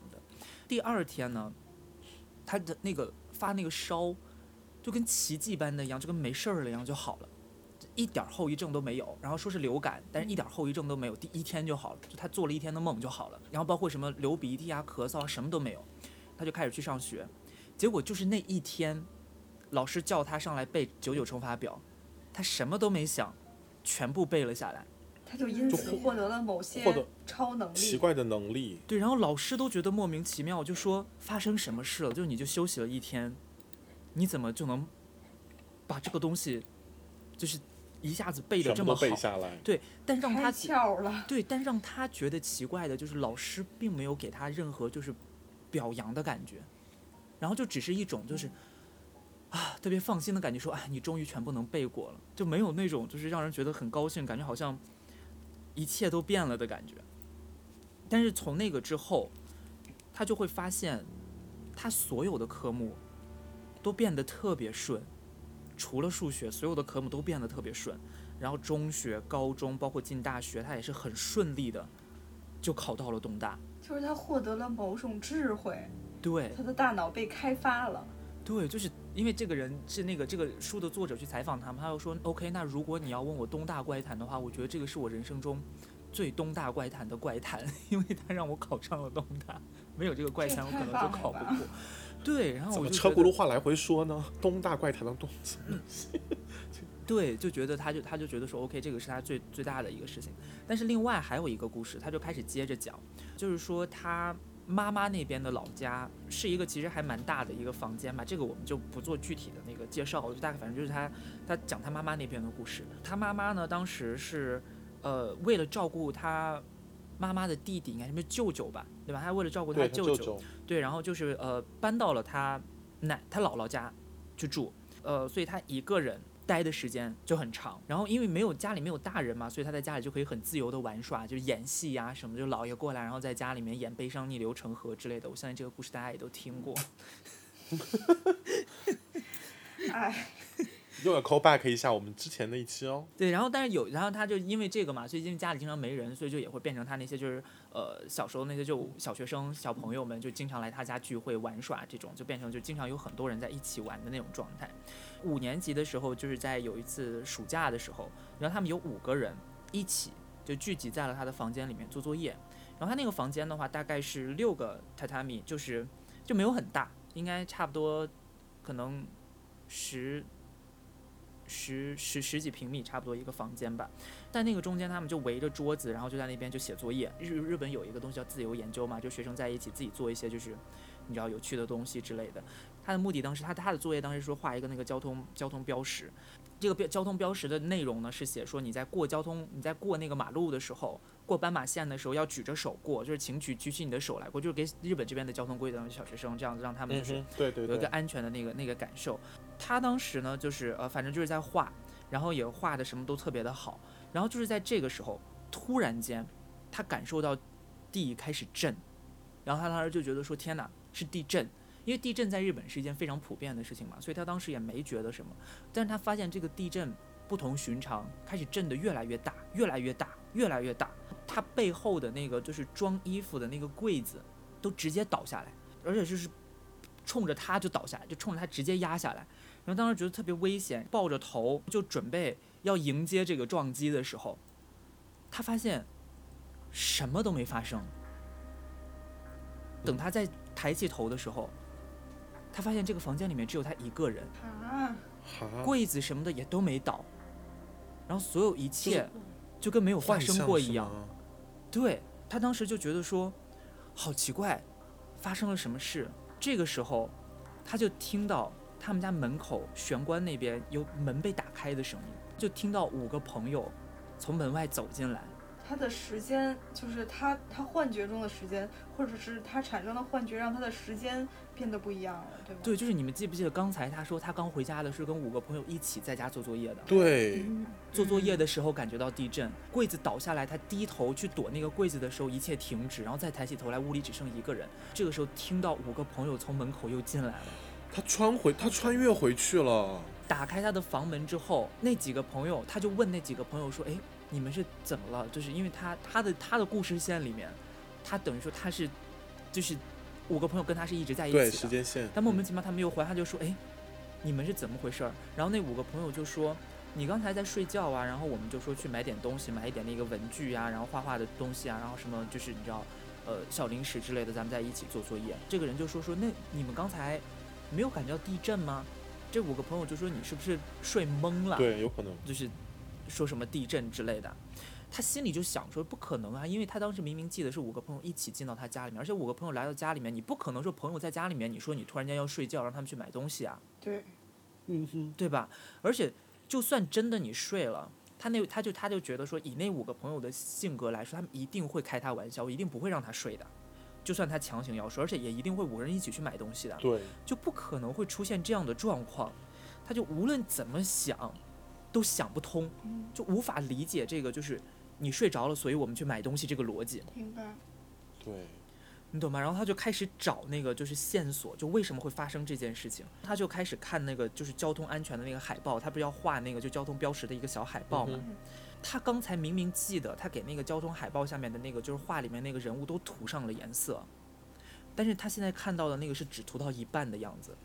第2天呢，他的那个发那个烧，就跟奇迹般的一样，就跟没事了一样就好了，一点后遗症都没有。然后说是流感，但是一点后遗症都没有，第1天就好了，就他做了1天的梦就好了。然后包括什么流鼻涕啊、咳嗽啊，什么都没有，他就开始去上学。结果就是那1天，老师叫他上来背99乘法表，他什么都没想，全部背了下来。 他就因此获得了某些超能力， 奇怪的能力。 对，然后老师都觉得莫名其妙，就说发生什么事了？就你就休息了1天，你怎么就能把这个东西就是一下子背得这么好？ 全部都背下来。 对，但让他开窍了。 对，但让他觉得奇怪的就是老师并没有给他任何就是表扬的感觉，然后就只是一种就是特别放心的感觉，说你终于全部能背过了，就没有那种就是让人觉得很高兴，感觉好像一切都变了的感觉。但是从那个之后，他就会发现他所有的科目都变得特别顺，除了数学，所有的科目都变得特别顺。然后中学、高中，包括进大学，他也是很顺利的就考到了东大。 就是他获得了某种智慧， 对， 他的大脑被开发了。 对，就是因为这个人是这个书的作者去采访他们，他又说 OK， 那如果你要问我东大怪谈的话，我觉得这个是我人生中最东大怪谈的怪谈，因为他让我考上了东大，没有这个怪谈我可能就考不过。对，然后我就怎么车轱辘话来回说呢？东大怪谈的东西。 对，就觉得他就觉得说 OK， 这个是他最大的一个事情。但是另外还有一个故事，他就开始接着讲，就是说他妈妈那边的老家是一个其实还蛮大的一个房间吧，这个我们就不做具体的那个介绍，就大概反正就是他讲他妈妈那边的故事。他妈妈呢当时是为了照顾他妈妈的弟弟，应该是舅舅吧，对吧？他为了照顾他舅舅，对，然后就是搬到了他姥姥家去住，所以他一个人待的时间就很长，然后因为家里没有大人嘛，所以他在家里就可以很自由的玩耍，就演戏呀什么，就姥爷过来，然后在家里面演悲伤逆流成河之类的。我相信这个故事大家也都听过。 哎， 又要 call back 一下我们之前那一期哦。 对，然后他就因为这个嘛，所以因为家里经常没人，所以就也会变成他那些就是小时候那些就小学生小朋友们就经常来他家聚会玩耍，这种就变成就经常有很多人在一起玩的那种状态。5年级的时候，就是在有一次暑假的时候，然后他们有5个人一起就聚集在了他的房间里面做作业。然后他那个房间的话大概是6个榻榻米，就没有很大，应该差不多可能十几平米差不多一个房间吧。在那个中间他们就围着桌子，然后就在那边就写作业。日本有一个东西叫自由研究嘛，就学生在一起自己做一些就是你知道有趣的东西之类的。他的目的当时他的作业当时说画一个那个交通标识，这个交通标识的内容呢是写说你在过那个马路的时候，过斑马线的时候要举着手过，就是请举起你的手来过，就是给日本这边的交通规则的小学生这样子让他们就是有一个安全的那个感受。他当时呢就是反正就是在画，然后也画的什么都特别的好。然后就是在这个时候突然间他感受到地开始震，然后他当时就觉得说天哪，是地震。因为地震在日本是一件非常普遍的事情嘛，所以他当时也没觉得什么。但是他发现这个地震不同寻常，开始震得越来越大，越来越大，越来越大。他背后的那个就是装衣服的那个柜子都直接倒下来，而且就是冲着他就倒下来，就冲着他直接压下来。然后当时觉得特别危险，抱着头就准备要迎接这个撞击的时候，他发现什么都没发生。等他再抬起头的时候，他发现这个房间里面只有他一个人，柜子什么的也都没倒，然后所有一切就跟没有发生过一样。对，他当时就觉得说好奇怪，发生了什么事。这个时候他就听到他们家门口玄关那边有门被打开的声音，就听到5个朋友从门外走进来。 他的时间就是他幻觉中的时间，或者是他产生的幻觉让他的时间变得不一样了，对吗？ 对，就是你们记不记得刚才他说他刚回家的是跟5个朋友一起在家做作业的。 对， 做作业的时候感觉到地震，柜子倒下来，他低头去躲那个柜子的时候一切停止，然后再抬起头来屋里只剩一个人。这个时候听到5个朋友从门口又进来了， 他穿越回去了。 打开他的房门之后，那几个朋友他就问那几个朋友说，哎，你们是怎么了？就是因为他的故事线里面，他等于说他是就是 5个朋友跟他是一直在一起的， 对，时间线。 但莫名其妙他没有回来，他就说，哎，你们是怎么回事？然后那5个朋友就说，你刚才在睡觉啊，然后我们就说去买点东西，买一点那个文具啊，然后画画的东西啊，然后什么就是你知道，小零食之类的，咱们在一起做作业。这个人就说，那你们刚才没有感觉到地震吗？这5个朋友就说，你是不是睡懵了？ 对，有可能。 就是说什么地震之类的。他心里就想说不可能啊，因为他当时明明记得是5个朋友一起进到他家里面，而且5个朋友来到家里面，你不可能说朋友在家里面，你说你突然间要睡觉让他们去买东西啊， 对， 对吧？而且就算真的你睡了，他就觉得说以那5个朋友的性格来说，他们一定会开他玩笑，一定不会让他睡的，就算他强行要睡，而且也一定会5个人一起去买东西的， 对， 就不可能会出现这样的状况，他就无论怎么想都想不通，就无法理解这个就是你睡着了，所以我们去买东西这个逻辑。 明白。 对， 你懂吗？然后他就开始找那个就是线索，就为什么会发生这件事情。他就开始看那个就是交通安全的那个海报，他不是要画那个就交通标识的一个小海报吗？他刚才明明记得他给那个交通海报下面的那个就是画里面那个人物都涂上了颜色，但是他现在看到的那个是只涂到一半的样子。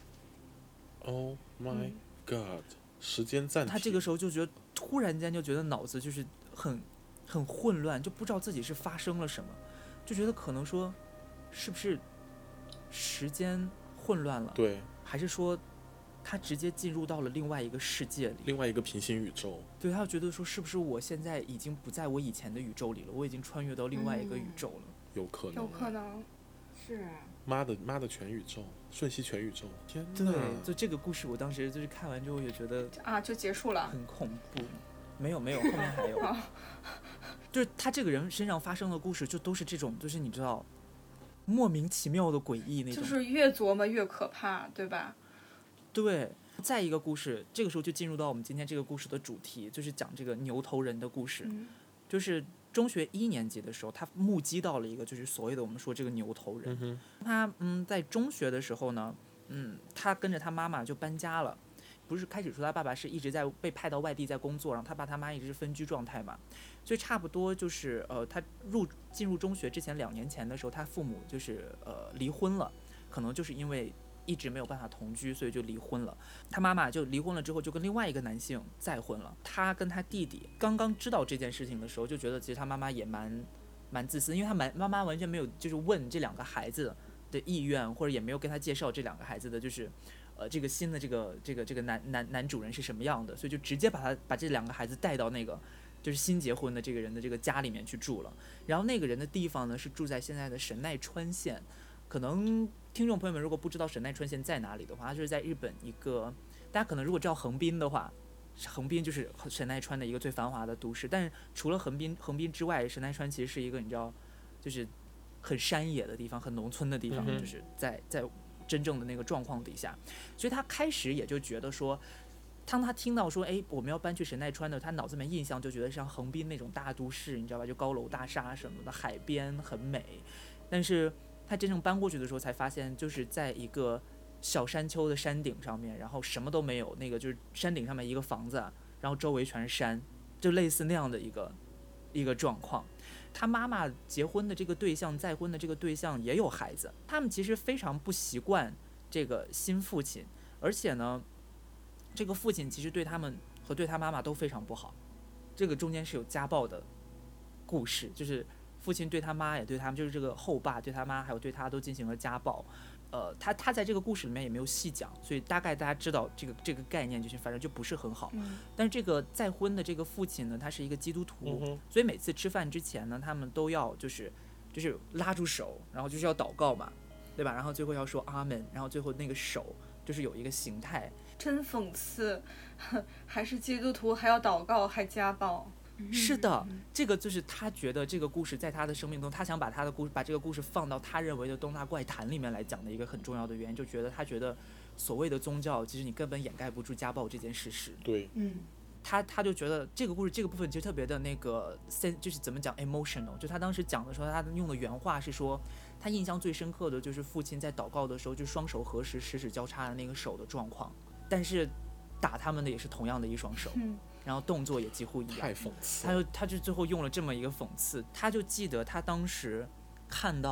Oh my god！时间暂停。 他这个时候就觉得突然间就觉得脑子就是很混乱，就不知道自己是发生了什么，就觉得可能说是不是时间混乱了， 对， 还是说他直接进入到了另外一个世界里， 另外一个平行宇宙。 对，他觉得说是不是我现在已经不在我以前的宇宙里了，我已经穿越到另外一个宇宙了。 有可能， 有可能是妈的全宇宙，瞬息全宇宙，天哪！ 对，就这个故事我当时就是看完之后也觉得啊，就结束了， 很恐怖。没有，后面还有就是他这个人身上发生的故事就都是这种，就是你知道莫名其妙的诡异那种， 就是越琢磨越可怕，对吧？ 对。再一个故事，这个时候就进入到我们今天这个故事的主题，就是讲这个牛头人的故事。就是中学1年级的时候，他目击到了一个就是所谓的我们说这个牛头人。他在中学的时候呢，他跟着他妈妈就搬家了。不是开始说他爸爸是一直在被派到外地在工作，然后他爸他妈一直是分居状态嘛，所以差不多就是他进入中学之前2年前的时候，他父母就是离婚了，可能就是因为一直没有办法同居，所以就离婚了。他妈妈就离婚了之后，就跟另外一个男性再婚了。他跟他弟弟刚刚知道这件事情的时候，就觉得其实他妈妈也蛮自私，因为他妈妈完全没有就是问这2个孩子的意愿，或者也没有跟他介绍这2个孩子的就是这个新的这个男主人是什么样的，所以就直接把这2个孩子带到那个就是新结婚的这个人的这个家里面去住了。然后那个人的地方呢是住在现在的神奈川县，可能听众朋友们如果不知道神奈川县在哪里的话，它就是在日本一个大家可能如果知道横滨的话，横滨就是神奈川的一个最繁华的都市，但是除了横滨之外，神奈川其实是一个你知道就是很山野的地方，很农村的地方，就是在真正的那个状况底下，所以他开始也就觉得说，当他听到说我们要搬去神奈川的，他脑子里面印象就觉得像横滨那种大都市，你知道吧，就高楼大厦什么的，海边很美。但是他真正搬过去的时候才发现，就是在一个小山丘的山顶上面，然后什么都没有，那个就是山顶上面一个房子，然后周围全是山，就类似那样的一个状况。他妈妈结婚的这个对象，再婚的这个对象也有孩子，他们其实非常不习惯这个新父亲，而且呢，这个父亲其实对他们和对他妈妈都非常不好，这个中间是有家暴的故事，就是父亲对他妈也对他们，就是这个后爸对他妈还有对他都进行了家暴。他在这个故事里面也没有细讲，所以大概大家知道这个概念，就是反正就不是很好。但是这个再婚的这个父亲呢，他是一个基督徒，所以每次吃饭之前呢，他们都要就是拉住手，然后就是要祷告嘛，对吧？然后最后要说阿门，然后最后那个手就是有一个形态。 真讽刺，还是基督徒还要祷告还家暴。 是的，这个就是他觉得这个故事在他的生命中，他想把这个故事放到他认为的东大怪谈里面来讲的一个很重要的原因，就他觉得所谓的宗教，其实你根本掩盖不住家暴这件事实。 对， 他就觉得这个故事这个部分其实特别的那个就是怎么讲 emotional， 就他当时讲的时候，他用的原话是说，他印象最深刻的就是父亲在祷告的时候，就双手合十，十指交叉的那个手的状况，但是打他们的也是同样的一双手。然后动作也几乎一样， 太讽刺。 他就最后用了这么一个讽刺，他就记得他当时看到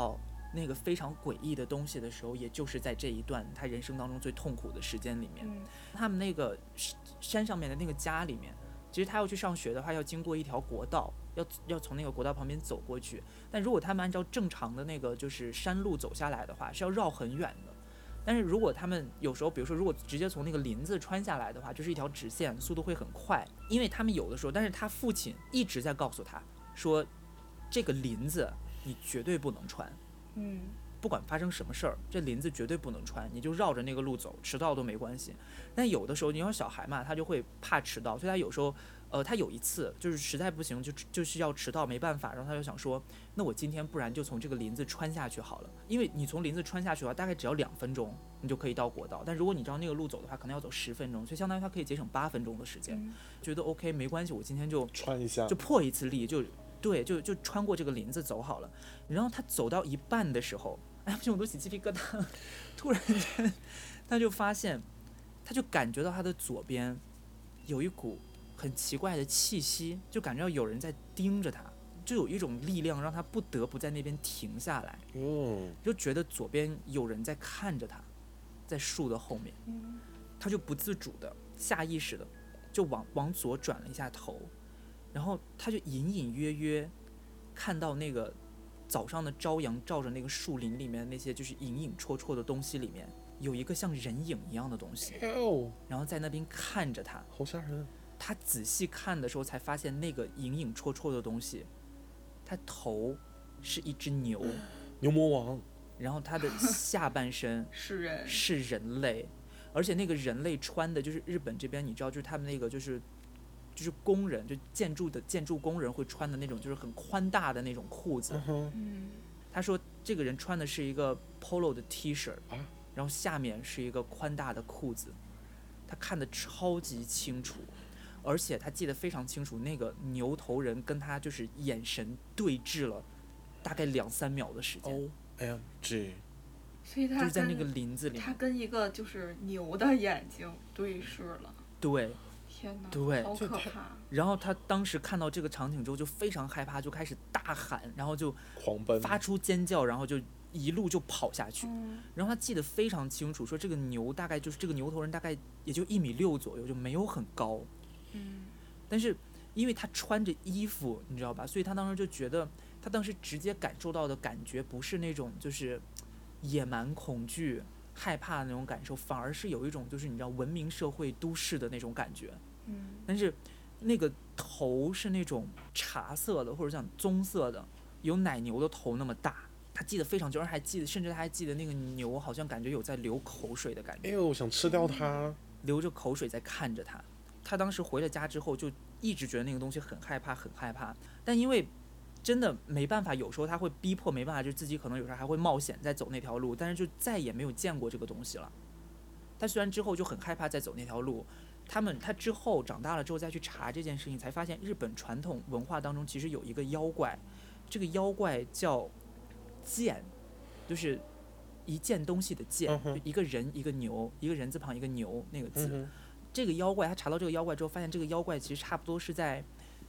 那个非常诡异的东西的时候，也就是在这一段他人生当中最痛苦的时间里面。他们那个山上面的那个家里面，其实他要去上学的话，要经过一条国道，要从那个国道旁边走过去。但如果他们按照正常的那个就是山路走下来的话，是要绕很远的。但是如果他们有时候，比如说如果直接从那个林子穿下来的话，就是一条直线，速度会很快。因为他们有的时候，但是他父亲一直在告诉他说，这个林子你绝对不能穿，不管发生什么事儿，这林子绝对不能穿，你就绕着那个路走，迟到都没关系。但有的时候，你要小孩嘛，他就会怕迟到，所以他有时候，他有一次就是实在不行，就是要迟到没办法，然后他就想说，那我今天不然就从这个林子穿下去好了，因为你从林子穿下去的话，大概只要2分钟，你就可以到国道。但如果你照那个路走的话，可能要走10分钟，所以相当于他可以节省8分钟的时间。觉得 OK 没关系，我今天就穿一下， 就破一次例，就穿过这个林子走好了。然后他走到一半的时候，哎，不行，我都起鸡皮疙瘩。突然间，他就发现，他就感觉到他的左边有一股很奇怪的气息，就感觉到有人在盯着他，就有一种力量让他不得不在那边停下来。就觉得左边有人在看着他，在树的后面，他就不自主的、下意识的就往左转了一下头，然后他就隐隐约约看到那个早上的朝阳照着那个树林里面那些就是隐隐绰绰的东西里面，有一个像人影一样的东西，然后在那边看着他， 好吓人。 他仔细看的时候才发现，那个隐隐绰绰的东西，他头是一只牛， 牛魔王， 然后他的下半身是人类，而且那个人类穿的就是日本这边你知道，就是他们那个就是工人，就建筑工人会穿的那种，就是很宽大的那种裤子。他说这个人穿的是一个 polo 的 T 恤，然后下面是一个宽大的裤子，他看得超级清楚，而且他记得非常清楚，那个牛头人跟他就是眼神对峙了大概2-3秒的时间。 OMG！ 所以他就是在那个林子里， 他跟一个就是牛的眼睛对视了。 对。 天哪， 对， 好可怕！ 然后他当时看到这个场景之后就非常害怕，就开始大喊，然后就狂奔， 发出尖叫，然后就一路就跑下去。然后他记得非常清楚，说这个牛大概就是这个牛头人大概也就1.6米左右，就没有很高。但是因为他穿着衣服，你知道吧，所以他当时就觉得，他当时直接感受到的感觉不是那种就是野蛮恐惧害怕的那种感受，反而是有一种就是你知道文明社会都市的那种感觉。但是那个头是那种茶色的或者像棕色的，有奶牛的头那么大。他记得非常久，甚至他还记得那个牛好像感觉有在流口水的感觉。 哎呦，想吃掉它， 流着口水在看着他。他当时回了家之后就一直觉得那个东西很害怕很害怕，但因为真的没办法，有时候他会逼迫没办法，就自己可能有时候还会冒险再走那条路，但是就再也没有见过这个东西了。他虽然之后就很害怕再走那条路，他之后长大了之后再去查这件事情，才发现日本传统文化当中其实有一个妖怪，这个妖怪叫剑，就是一件东西的剑，就一个人一个牛，一个人字旁一个牛那个字。这个妖怪他查到这个妖怪之后，发现这个妖怪其实差不多是在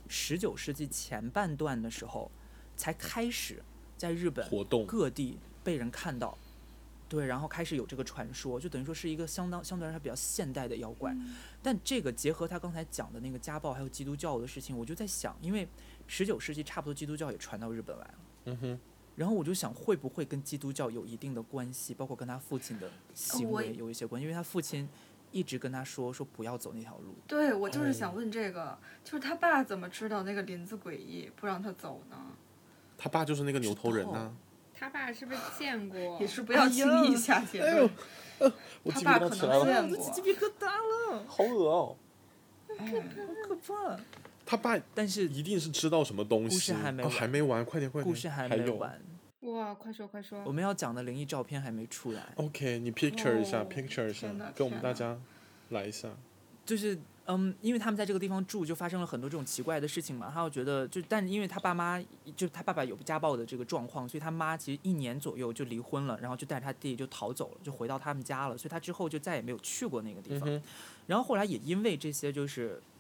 19世纪前半段的时候才开始在日本各地被人看到。对，然后开始有这个传说，就等于说是一个相对来说比较现代的妖怪。但这个结合他刚才讲的那个家暴还有基督教的事情，我就在想，因为19世纪差不多基督教也传到日本来了。然后我就想会不会跟基督教有一定的关系，包括跟他父亲的行为有一些关系，因为他父亲一直跟他说不要走那条路。 对，我就是想问这个，就是他爸怎么知道那个林子诡异不让他走呢？ 他爸就是那个牛头人啊。 他爸是不是见过？ 也是不要轻易下结论。 我他爸可能见过。 鸡皮疙瘩了， 好恶哦， 好可怕。 他爸， 但是一定是知道什么东西。 故事还没完，快点！ 故事还没完。 哇，快说！ 我们要讲的灵异照片还没出来。 OK， 你 picture 一下，跟我们大家来一下。 就是因为他们在这个地方住，就发生了很多这种奇怪的事情嘛。他就觉得但因为他爸妈就他爸爸有家暴的这个状况，所以他妈其实1年左右就离婚了，然后就带着他弟就逃走了，就回到他们家了。所以他之后就再也没有去过那个地方。然后后来也因为这些就是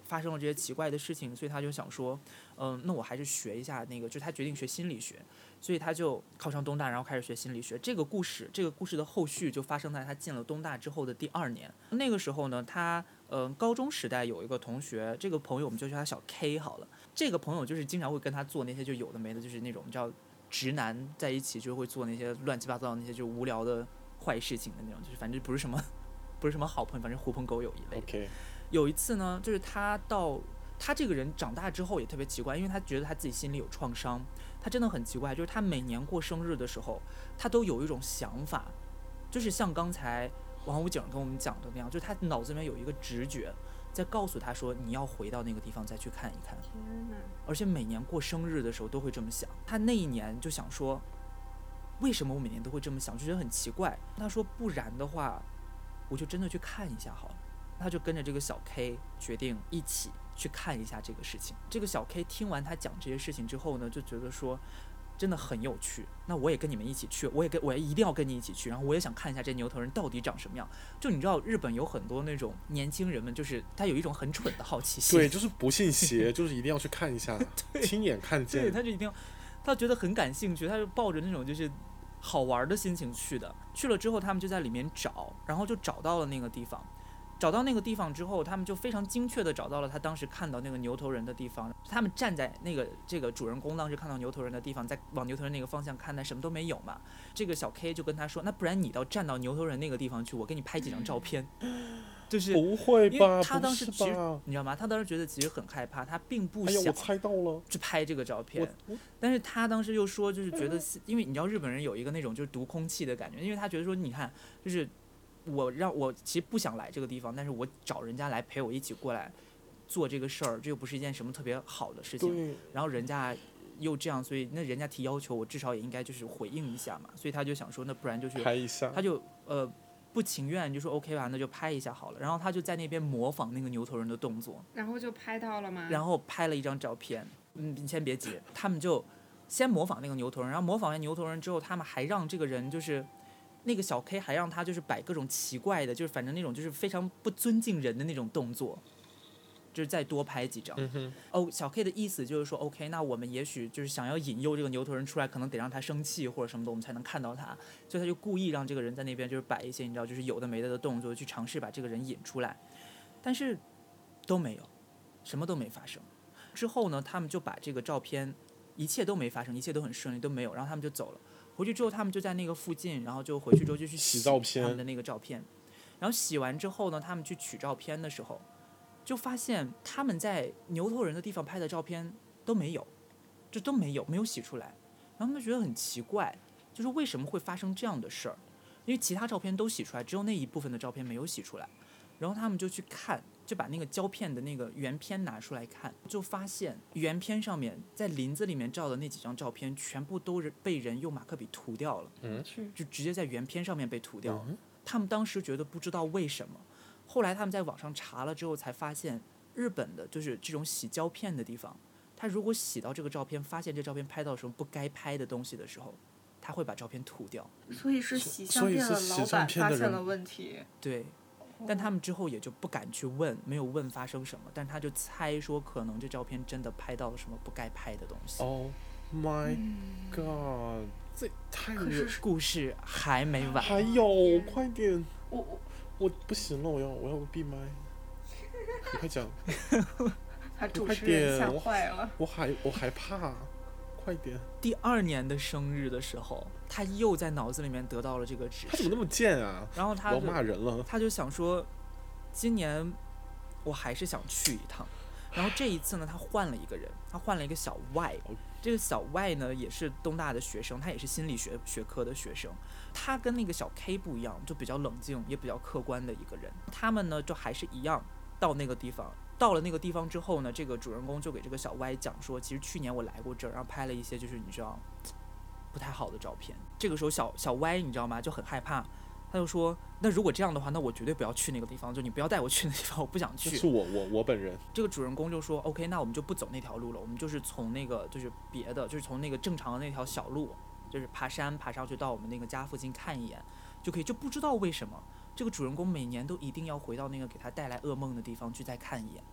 发生了这些奇怪的事情，所以他就想说，那我还是学一下那个，就他决定学心理学，所以他就考上东大，然后开始学心理学。这个故事的后续就发生在他进了东大之后的第2年。那个时候呢，他高中时代有一个同学，这个朋友我们就叫他小 K 好了。这个朋友就是经常会跟他做那些就有的没的，就是那种叫直男在一起就会做那些乱七八糟的那些就无聊的坏事情的那种，就是反正不是什么好朋友，反正狐朋狗友一类的。 Okay. 有一次呢，就是他这个人长大之后也特别奇怪，因为他觉得他自己心里有创伤，他真的很奇怪，就是他每年过生日的时候，他都有一种想法，就是像刚才王武警跟我们讲的那样，就是他脑子里面有一个直觉在告诉他说你要回到那个地方再去看一看。 天哪！ 而且每年过生日的时候都会这么想。他那一年就想说，为什么我每年都会这么想，就觉得很奇怪。他说不然的话，我就真的去看一下好了。他就跟着这个小 K 决定一起去看一下这个事情。这个小 K 听完他讲这些事情之后呢，就觉得说真的很有趣，那我也跟你们一起去，我也一定要跟你一起去，然后我也想看一下这牛头人到底长什么样。就你知道日本有很多那种年轻人们，就是他有一种很蠢的好奇心， 对，就是不信邪，就是一定要去看一下亲眼看见。 对，他就一定要，他觉得很感兴趣，他就抱着那种就是好玩的心情去的。去了之后他们就在里面找，然后就找到了那个地方。找到那个地方之后，他们就非常精确地找到了他当时看到那个牛头人的地方。他们站在这个主人公当时看到牛头人的地方，在往牛头人那个方向看，但什么都没有嘛。这个小 K 就跟他说，那不然你站到牛头人那个地方去，我给你拍几张照片。就是不会吧？ 他当时其实你知道吗？他当时觉得其实很害怕，他并不想我猜到了去拍这个照片。但是他当时又说，就是觉得，因为你知道日本人有一个那种就是读空气的感觉，因为他觉得说，你看，就是我其实不想来这个地方，但是我找人家来陪我一起过来做这个事儿，这又不是一件什么特别好的事情。然后人家又这样，所以那人家提要求，我至少也应该就是回应一下嘛。所以他就想说，那不然就去拍一下。他就不情愿，就说 OK 吧，那就拍一下好了。然后他就在那边模仿那个牛头人的动作， 然后就拍到了吗？ 然后拍了一张照片。你先别急，他们就先模仿那个牛头人，然后模仿完牛头人之后，他们还让这个人就是那个小 K 还让他就是摆各种奇怪的，就是反正那种就是非常不尊敬人的那种动作，就是再多拍几张。小 K 的意思就是说 OK， 那我们也许就是想要引诱这个牛头人出来，可能得让他生气或者什么的，我们才能看到他，所以他就故意让这个人在那边就是摆一些你知道就是有的没的动作，去尝试把这个人引出来，但是都没有，什么都没发生。之后呢，他们就把这个照片，一切都没发生，一切都很顺利，都没有，然后他们就走了。回去之后他们就在那个附近，然后就回去之后就去洗他们的那个照片，然后洗完之后呢，他们去取照片的时候就发现他们在牛头人的地方拍的照片都没有，这都没有洗出来。然后他们觉得很奇怪，就是为什么会发生这样的事儿，因为其他照片都洗出来，只有那一部分的照片没有洗出来。然后他们就去看，就把那个胶片的那个原片拿出来看，就发现原片上面在林子里面照的那几张照片全部都被人用马克笔涂掉了，就直接在原片上面被涂掉了。他们当时觉得不知道为什么，后来他们在网上查了之后才发现，日本的就是这种洗胶片的地方，他如果洗到这个照片，发现这照片拍到什么不该拍的东西的时候，他会把照片涂掉。 所以是洗相片的老板发现了问题。 对，但他们之后也就不敢去问，没有问发生什么，但他就猜说可能这照片真的拍到了什么不该拍的东西。 Oh my god，这太故事还没完， 还有，快点，我不行了，我要闭麦，你快讲。 他主持人吓坏了， 我害怕。快点！ 第2年的生日的时候，他又在脑子里面得到了这个指示。 他怎么那么贱啊？ 然后他要骂人了。 他就想说，今年我还是想去一趟。然后这一次呢，他换了一个人，他换了一个小 Y。这个小 Y 呢，也是东大的学生，他也是心理学科的学生。他跟那个小 K 不一样，就比较冷静，也比较客观的一个人。他们呢，就还是一样到那个地方。到了那个地方之后呢，这个主人公就给这个小 Y 讲说，其实去年我来过这儿，然后拍了一些就是你知道不太好的照片。这个时候小 Y 你知道吗，就很害怕，他就说，那如果这样的话，那我绝对不要去那个地方，就你不要带我去那地方，我不想去。 是我本人。 这个主人公就说 OK， 那我们就不走那条路了，我们就是从那个就是别的，就是从那个正常的那条小路，就是爬山爬上去到我们那个家附近看一眼就可以。就不知道为什么这个主人公每年都一定要回到那个给他带来噩梦的地方去再看一眼，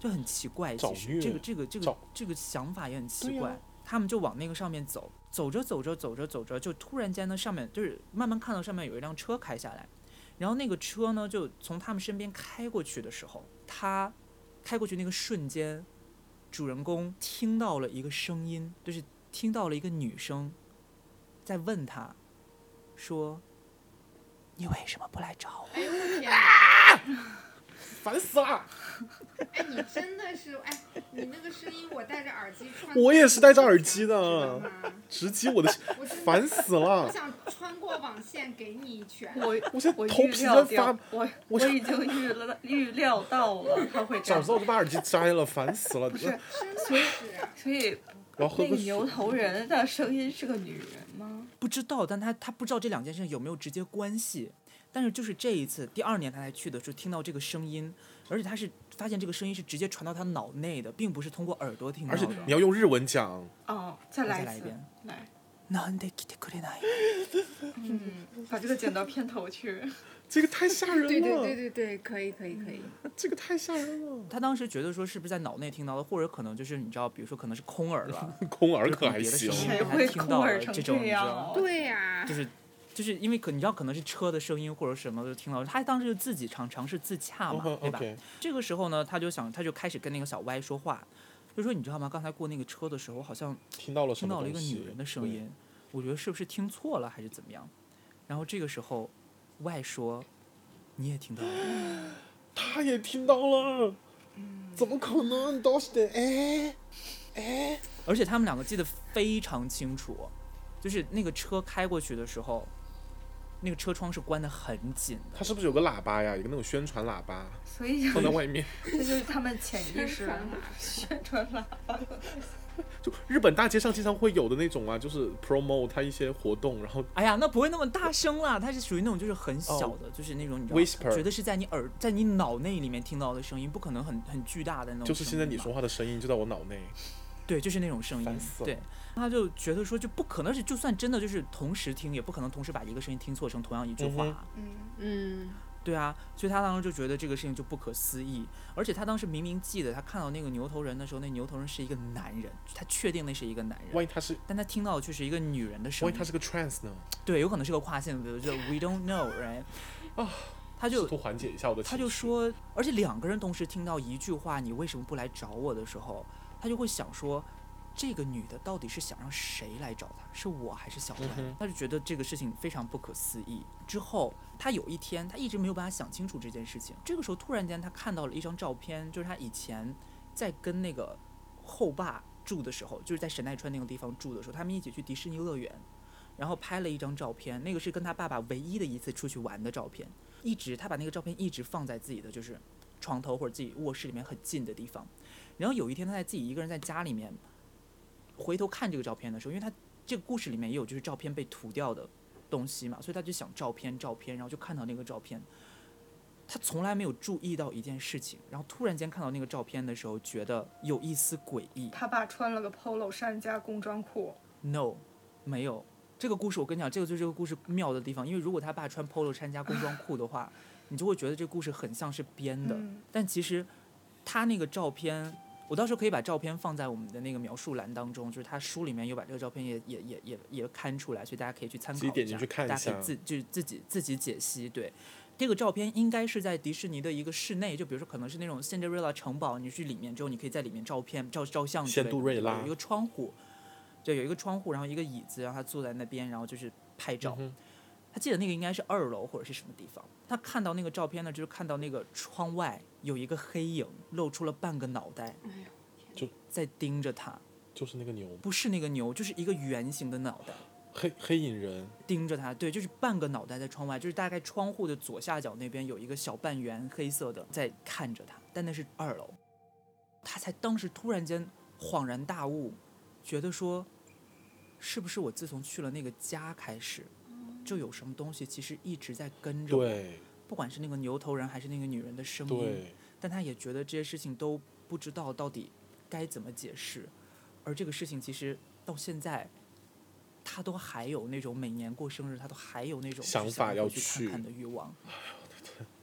就很奇怪。其实这个想法也很奇怪。他们就往那个上面走，走着，就突然间呢，上面就是慢慢看到上面有一辆车开下来，然后那个车呢就从他们身边开过去的时候，他开过去那个瞬间，主人公听到了一个声音，就是听到了一个女生在问他说：“你为什么不来找我？” 哎呦我天啊！ 烦死了！ 哎，你真的是哎，你那个声音，我戴着耳机穿。 我也是戴着耳机的，直击我的，烦死了！ 我想穿过网线给你一拳。 我现在头皮在发， 我已经预料到了他会这样。 早知道我就把耳机摘了，烦死了。 不是，所以那个牛头人的声音是个女人吗？ 不知道，但他不知道这两件事有没有直接关系。但是就是这一次，第2年他才去的时候听到这个声音，而且他是发现这个声音是直接传到他脑内的，并不是通过耳朵听到的。 而且你要用日文讲。 哦，再来一遍。 来。 なんで来てくれない？ 把这个剪到片头去。 这个太吓人了。 对，可以。 这个太吓人了。 他当时觉得说是不是在脑内听到的，或者可能就是你知道，比如说可能是空耳了。 空耳可还行。 谁会空耳成这样？ 对呀。 就是因为你知道可能是车的声音或者什么的听到，他当时就自己尝试自洽嘛，对吧？这个时候呢，他就开始跟那个小歪说话，就说你知道吗？刚才过那个车的时候，好像听到了一个女人的声音，我觉得是不是听错了还是怎么样？然后这个时候，歪说，你也听到了， 他也听到了，怎么可能？都是的，哎， 而且他们两个记得非常清楚，就是那个车开过去的时候。那个车窗是关得很紧的， 它是不是有个喇叭呀？有个那种宣传喇叭， 所以放在外面。 这就是他们潜意识宣传喇叭。 就日本大街上经常会有的那种啊，就是 promote 它一些活动，然后哎呀，那不会那么大声啦，它是属于那种就是很小的，就是那种你知道 whisper， 觉得是在你脑内里面听到的声音，不可能很巨大的那种。 就是现在你说话的声音就在我脑内。 对，就是那种声音。对，他就觉得说，就不可能是，就算真的就是同时听，也不可能同时把一个声音听错成同样一句话。对啊，所以他当时就觉得这个事情就不可思议，而且他当时明明记得他看到那个牛头人的时候，那牛头人是一个男人，他确定那是一个男人。 万一他是， 但他听到的却是一个女人的声音。 万一他是个 trans 呢？ 对，有可能是个跨性别，就 we don't know right 啊。他就试图缓解一下我的情绪。 他就说，而且2个人同时听到一句话，你为什么不来找我的时候，他就会想说，这个女的到底是想让谁来找她？是我还是小白？他就觉得这个事情非常不可思议。之后，他有一天，他一直没有办法想清楚这件事情。这个时候，突然间他看到了一张照片，就是他以前在跟那个后爸住的时候，就是在神奈川那个地方住的时候，他们一起去迪士尼乐园，然后拍了一张照片，那个是跟他爸爸唯一的一次出去玩的照片。他把那个照片一直放在自己的就是床头或者自己卧室里面很近的地方。然后有一天，他在自己一个人在家里面回头看这个照片的时候，因为他这个故事里面也有就是照片被涂掉的东西嘛，所以他就想照片，然后就看到那个照片，他从来没有注意到一件事情，然后突然间看到那个照片的时候，觉得有一丝诡异。 他爸穿了个 polo 衫加工装裤。 No， 没有。这个故事我跟你讲，这个就是这个故事妙的地方，因为如果他爸穿 polo 衫加工装裤的话，你就会觉得这个故事很像是编的。但其实他那个照片，我到时候可以把照片放在我们的那个描述栏当中，就是他书里面有把这个照片也看出来，所以大家可以去参考一下， 自己点进去看一下， 大家可以自己解析。对，这个照片应该是在迪士尼的一个室内，就比如说可能是那种 Cinderella 城堡，你去里面之后，你可以在里面照相之类的。 仙杜瑞拉有一个窗户。对，有一个窗户，然后一个椅子，然后他坐在那边，然后就是拍照。他记得那个应该是2楼或者是什么地方。他看到那个照片呢，就是看到那个窗外有一个黑影露出了半个脑袋， 就在盯着他。 就是那个牛？ 不是那个牛，就是一个圆形的脑袋。 黑影人盯着他，对，就是半个脑袋在窗外，就是大概窗户的左下角那边有一个小半圆黑色的在看着他，但那是2楼。他才当时突然间恍然大悟，觉得说，是不是我自从去了那个家开始，就有什么东西其实一直在跟着我？ 对， 不管是那个牛头人还是那个女人的声音， 对， 但他也觉得这些事情都不知道到底该怎么解释，而这个事情其实到现在，他都还有那种每年过生日，他都还有那种想法要去看看的欲望。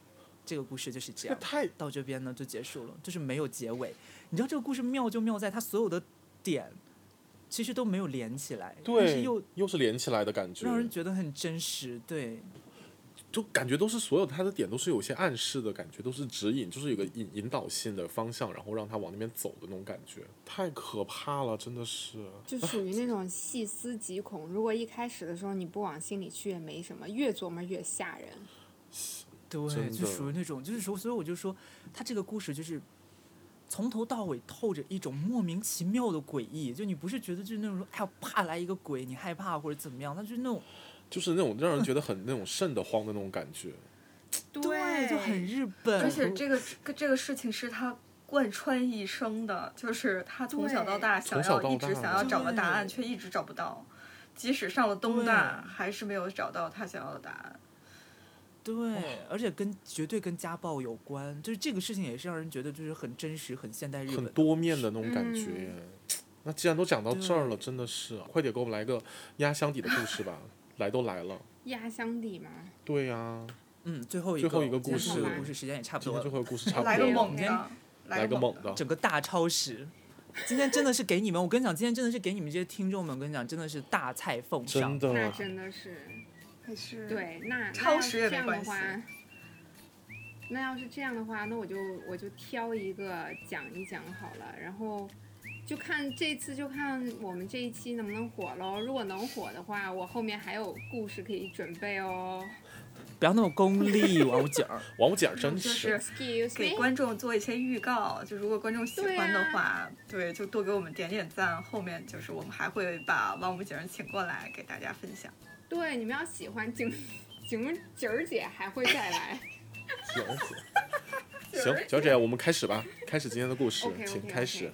这个故事就是这样， 太到这边呢就结束了，就是没有结尾。你知道这个故事妙就妙在它所有的点其实都没有连起来，但是对，又是连起来的感觉， 让人觉得很真实。对， 就感觉都是所有它的点都是有些暗示的感觉，都是指引，就是有个引导性的方向，然后让他往那边走的那种感觉，太可怕了，真的是。 就属于那种细思极恐。如果一开始的时候你不往心里去也没什么，越琢磨越吓人。 对，就属于那种，就是说，所以我就说，他这个故事就是从头到尾透着一种莫名其妙的诡异，就你不是觉得就是那种说，哎呀，怕来一个鬼，你害怕或者怎么样，他就是那种。 就是那种让人觉得很那种瘆得慌的那种感觉， 对，就很日本。 而且这个事情是他贯穿一生的，就是他从小到大想要一直想要找个答案，却一直找不到，即使上了东大，还是没有找到他想要的答案。 对，而且绝对跟家暴有关，就是这个事情也是让人觉得就是很真实、很现代日本、 很多面的那种感觉。那既然都讲到这儿了，真的是快点给我们来个压箱底的故事吧。来都来了， 压箱底吗？ 对呀、啊， 最后一个故事， 故事时间也差不多了。 最后一个故事差不多了， 来个猛的， 来个猛的， 整个大超时。今天真的是给你们，我跟你讲，今天真的是给你们这些听众们，我跟你讲，真的是大菜奉上。 真的， 那真的是，对，那超时也没关系。 那要是这样的话，那我就挑一个讲一讲好了，然后。就看这次，就看我们这一期能不能火咯。如果能火的话，我后面还有故事可以准备哦。 不要那么功利，王五姐儿。 王五姐儿真是给观众做一些预告，就如果观众喜欢的话，对，就多给我们点点赞。后面就是我们还会把王五姐儿请过来给大家分享。 对，你们要喜欢景儿姐还会再来。 景儿姐，行，景儿姐，我们开始吧，开始今天的故事，请开始。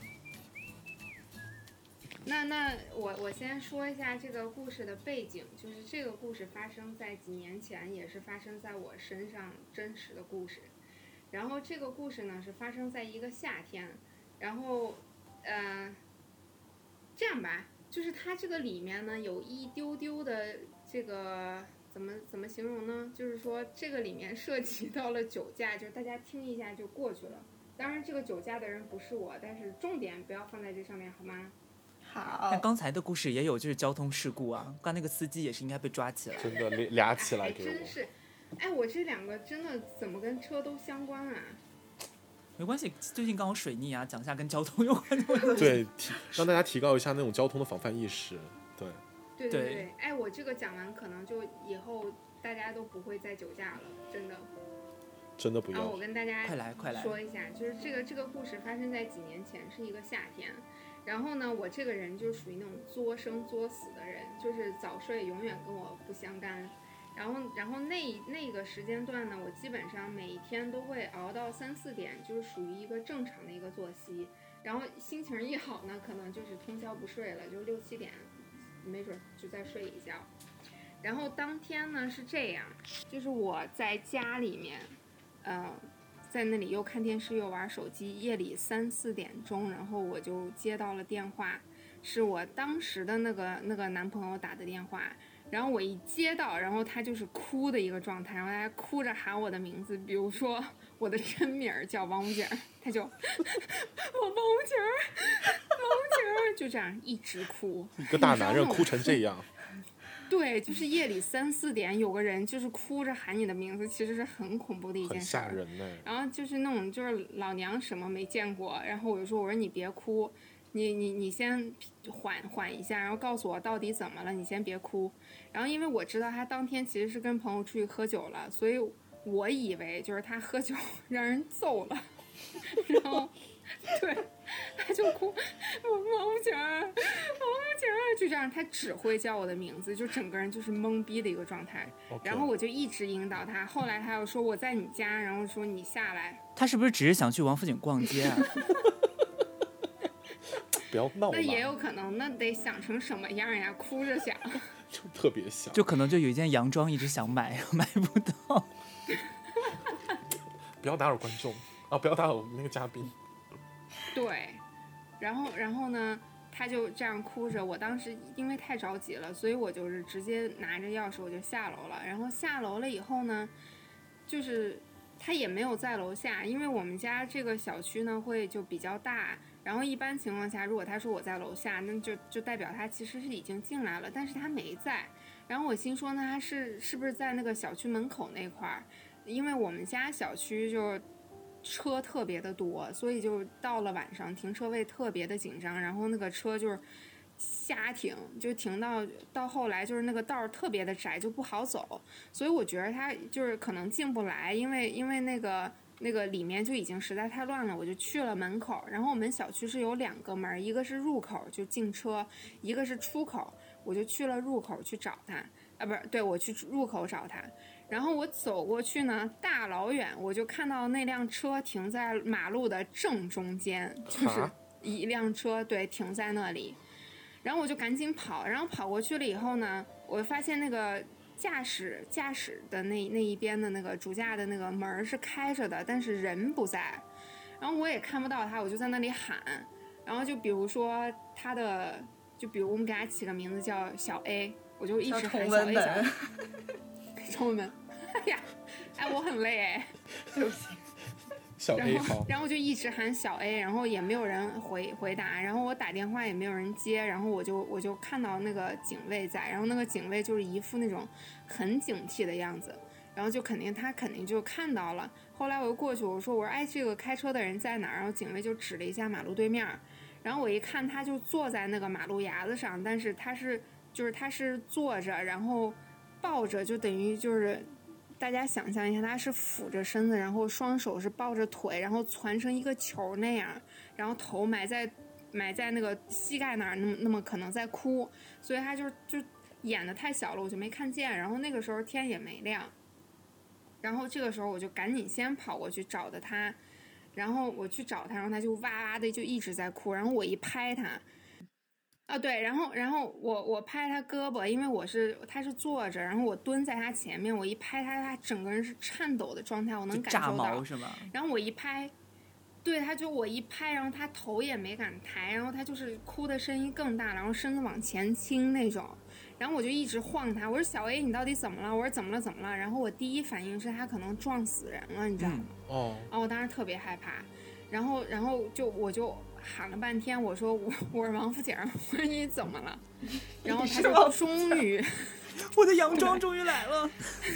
那我先说一下这个故事的背景，就是这个故事发生在几年前，也是发生在我身上真实的故事。然后这个故事呢是发生在一个夏天，然后这样吧，就是它这个里面呢有一丢丢的这个怎么形容呢？就是说这个里面涉及到了酒驾，就大家听一下就过去了。当然这个酒驾的人不是我，但是重点不要放在这上面好吗？ 好， 但刚才的故事也有就是交通事故啊，刚那个司机也是应该被抓起来。 真的俩起来给我。 真是，哎，我这两个真的怎么跟车都相关啊？ 没关系，最近刚好水逆啊，讲一下跟交通有关的问题。 对，让大家提高一下那种交通的防范意识。 对，哎，我这个讲完可能就以后大家都不会再酒驾了，真的。 真的不要。 然后我跟大家快来说一下，就是这个故事发生在几年前，是一个夏天。然后呢，我这个人就属于那种作生作死的人，就是早睡永远跟我不相干。然后那个时间段呢，我基本上每一天都会熬到3、4点，就是属于一个正常的一个作息。然后心情一好呢，可能就是通宵不睡了，就6、7点，没准就再睡一觉。然后当天呢是这样，就是我在家里面，在那里又看电视又玩手机，夜里3、4点钟，然后我就接到了电话，是我当时的那个男朋友打的电话。然后我一接到，然后他就是哭的一个状态，然后他哭着喊我的名字，比如说我的真名叫王五姐儿，他就我王五姐儿，就这样一直哭。 一个大男人哭成这样。 对，就是夜里3、4点有个人就是哭着喊你的名字，其实是很恐怖的一件事。 很吓人呢。 然后就是那种就是老娘什么没见过，然后我说你别哭，你先缓一下，然后告诉我到底怎么了，你先别哭。然后因为我知道他当天其实是跟朋友出去喝酒了，所以我以为就是他喝酒让人揍了，然后对，他就哭，王五姐儿，就这样，他只会叫我的名字，就整个人就是懵逼的一个状态。然后我就一直引导他，后来他又说我在你家，然后说你下来。 他是不是只是想去王府井逛街啊？ 不要闹了。 那也有可能，那得想成什么样呀？哭着想。 就特别想。 就可能就有一件洋装一直想买，买不到。 不要打扰观众啊！不要打扰那个嘉宾。 对，然后呢，他就这样哭着。我当时因为太着急了，所以我就是直接拿着钥匙我就下楼了。然后下楼了以后呢，就是他也没有在楼下，因为我们家这个小区呢会就比较大，然后一般情况下，如果他说我在楼下，那就代表他其实是已经进来了，但是他没在。然后我心说呢，他是不是在那个小区门口那块儿？因为我们家小区就车特别的多，所以就到了晚上停车位特别的紧张，然后那个车就是瞎停，就停到后来就是那个道特别的窄，就不好走，所以我觉得他就是可能进不来，因为那个里面就已经实在太乱了，我就去了门口。然后我们小区是有2个门，一个是入口就进车，一个是出口，我就去了入口去找他，不是，对，我去入口找他。然后我走过去呢，大老远我就看到那辆车停在马路的正中间，就是一辆车，对，停在那里。然后我就赶紧跑，然后跑过去了以后呢，我发现那个驾驶的那一边的那个主驾的那个门是开着的，但是人不在，然后我也看不到他，我就在那里喊。然后就比如说他的，就比如我们给他起个名字叫小 A， 我就一直喊小 A 小 A。崇文门，哎，我很累哎，对不起。 小 A 好， 然后就一直喊小 A， 然后也没有人回答，然后我打电话也没有人接，然后我就看到那个警卫在，然后那个警卫就是一副那种很警惕的样子，然后他肯定就看到了。后来我又过去，我说哎，这个开车的人在哪儿？然后警卫就指了一下马路对面，然后我一看他就坐在那个马路牙子上，但是他是坐着，然后抱着，就等于就是大家想象一下，他是俯着身子，然后双手是抱着腿，然后攒成一个球那样，然后头埋在那个膝盖那儿，那么可能在哭，所以他就演得太小了，我就没看见。然后那个时候天也没亮，然后这个时候我就赶紧先跑过去找的他，然后我去找他，然后他就哇哇的就一直在哭，然后我一拍他。啊对，然后我拍他胳膊，因为他是坐着，然后我蹲在他前面，我一拍他整个人是颤抖的状态，我能感受到。炸毛是吗？ 然后我一拍，对，我一拍，然后他头也没敢抬，然后他就是哭的声音更大，然后身子往前倾那种。然后我就一直晃他，我说小 A 你到底怎么了？我说怎么了？然后我第一反应是他可能撞死人了，你知道吗？然后我当时特别害怕，然后我就喊了半天，我说我是王府井，我说你怎么了？然后他就终于， 我的洋装终于来了。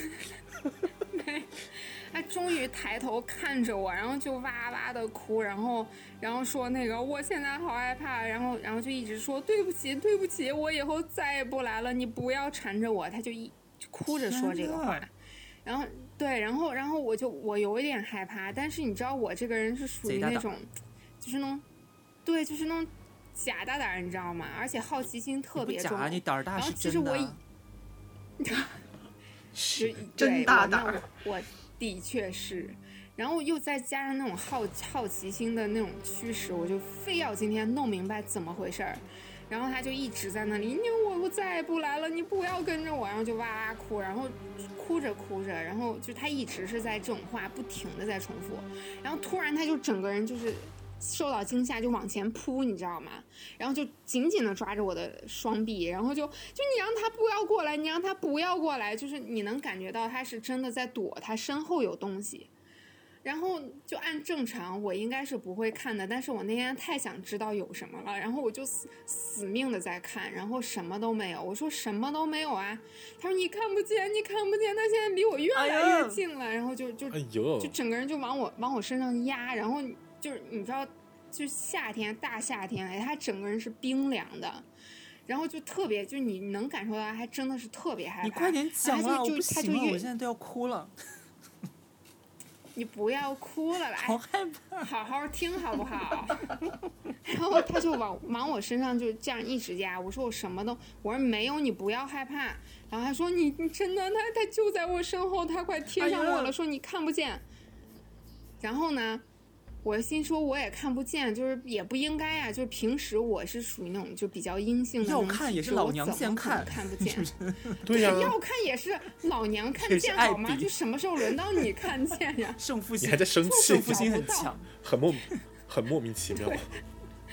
他终于抬头看着我，然后就哇哇的哭，然后说那个我现在好害怕，然后就一直说对不起，我以后再也不来了，你不要缠着我。他就哭着说这个话，然后对，然后我有一点害怕，但是你知道我这个人是属于那种，就是那种，对，就是那种假大胆，你知道吗？而且好奇心特别重。 你胆儿大是真的。 然后其实我是真大胆。 我的确是，然后又再加上那种好奇心的那种驱使，我就非要今天弄明白怎么回事儿。然后他就一直在那里，我再也不来了，你不要跟着我，然后就哇哇哭，然后哭着，然后就他一直是在这种话不停的在重复，然后突然他就整个人就是受到惊吓，就往前扑，你知道吗？然后就紧紧的抓着我的双臂，然后就你让他不要过来，就是你能感觉到他是真的在躲，他身后有东西。然后就按正常我应该是不会看的，但是我那天太想知道有什么了，然后我就死命的在看，然后什么都没有。我说什么都没有啊，他说你看不见，他现在离我越来越近了，然后就整个人就往我身上压，然后就是你知道，就大夏天，他整个人是冰凉的，然后就特别，就你能感受到还真的是特别害怕。 你快点讲啊，我不行了，我现在都要哭了。 你不要哭了，来， 好害怕， 好好听好不好？然后他就往我身上就这样一直压，我说我什么都，我说没有，你不要害怕。然后他说你真的，他就在我身后，他快贴上我了，说你看不见。然后呢，我心说我也看不见，就是也不应该啊，就是平时我是属于那种就比较阴性的， 要看也是老娘先看， 看不见。 对呀， 要看也是老娘看见好吗？就什么时候轮到你看见呀？ 胜负心， 你还在生气， 胜负心很强， 很莫名其妙。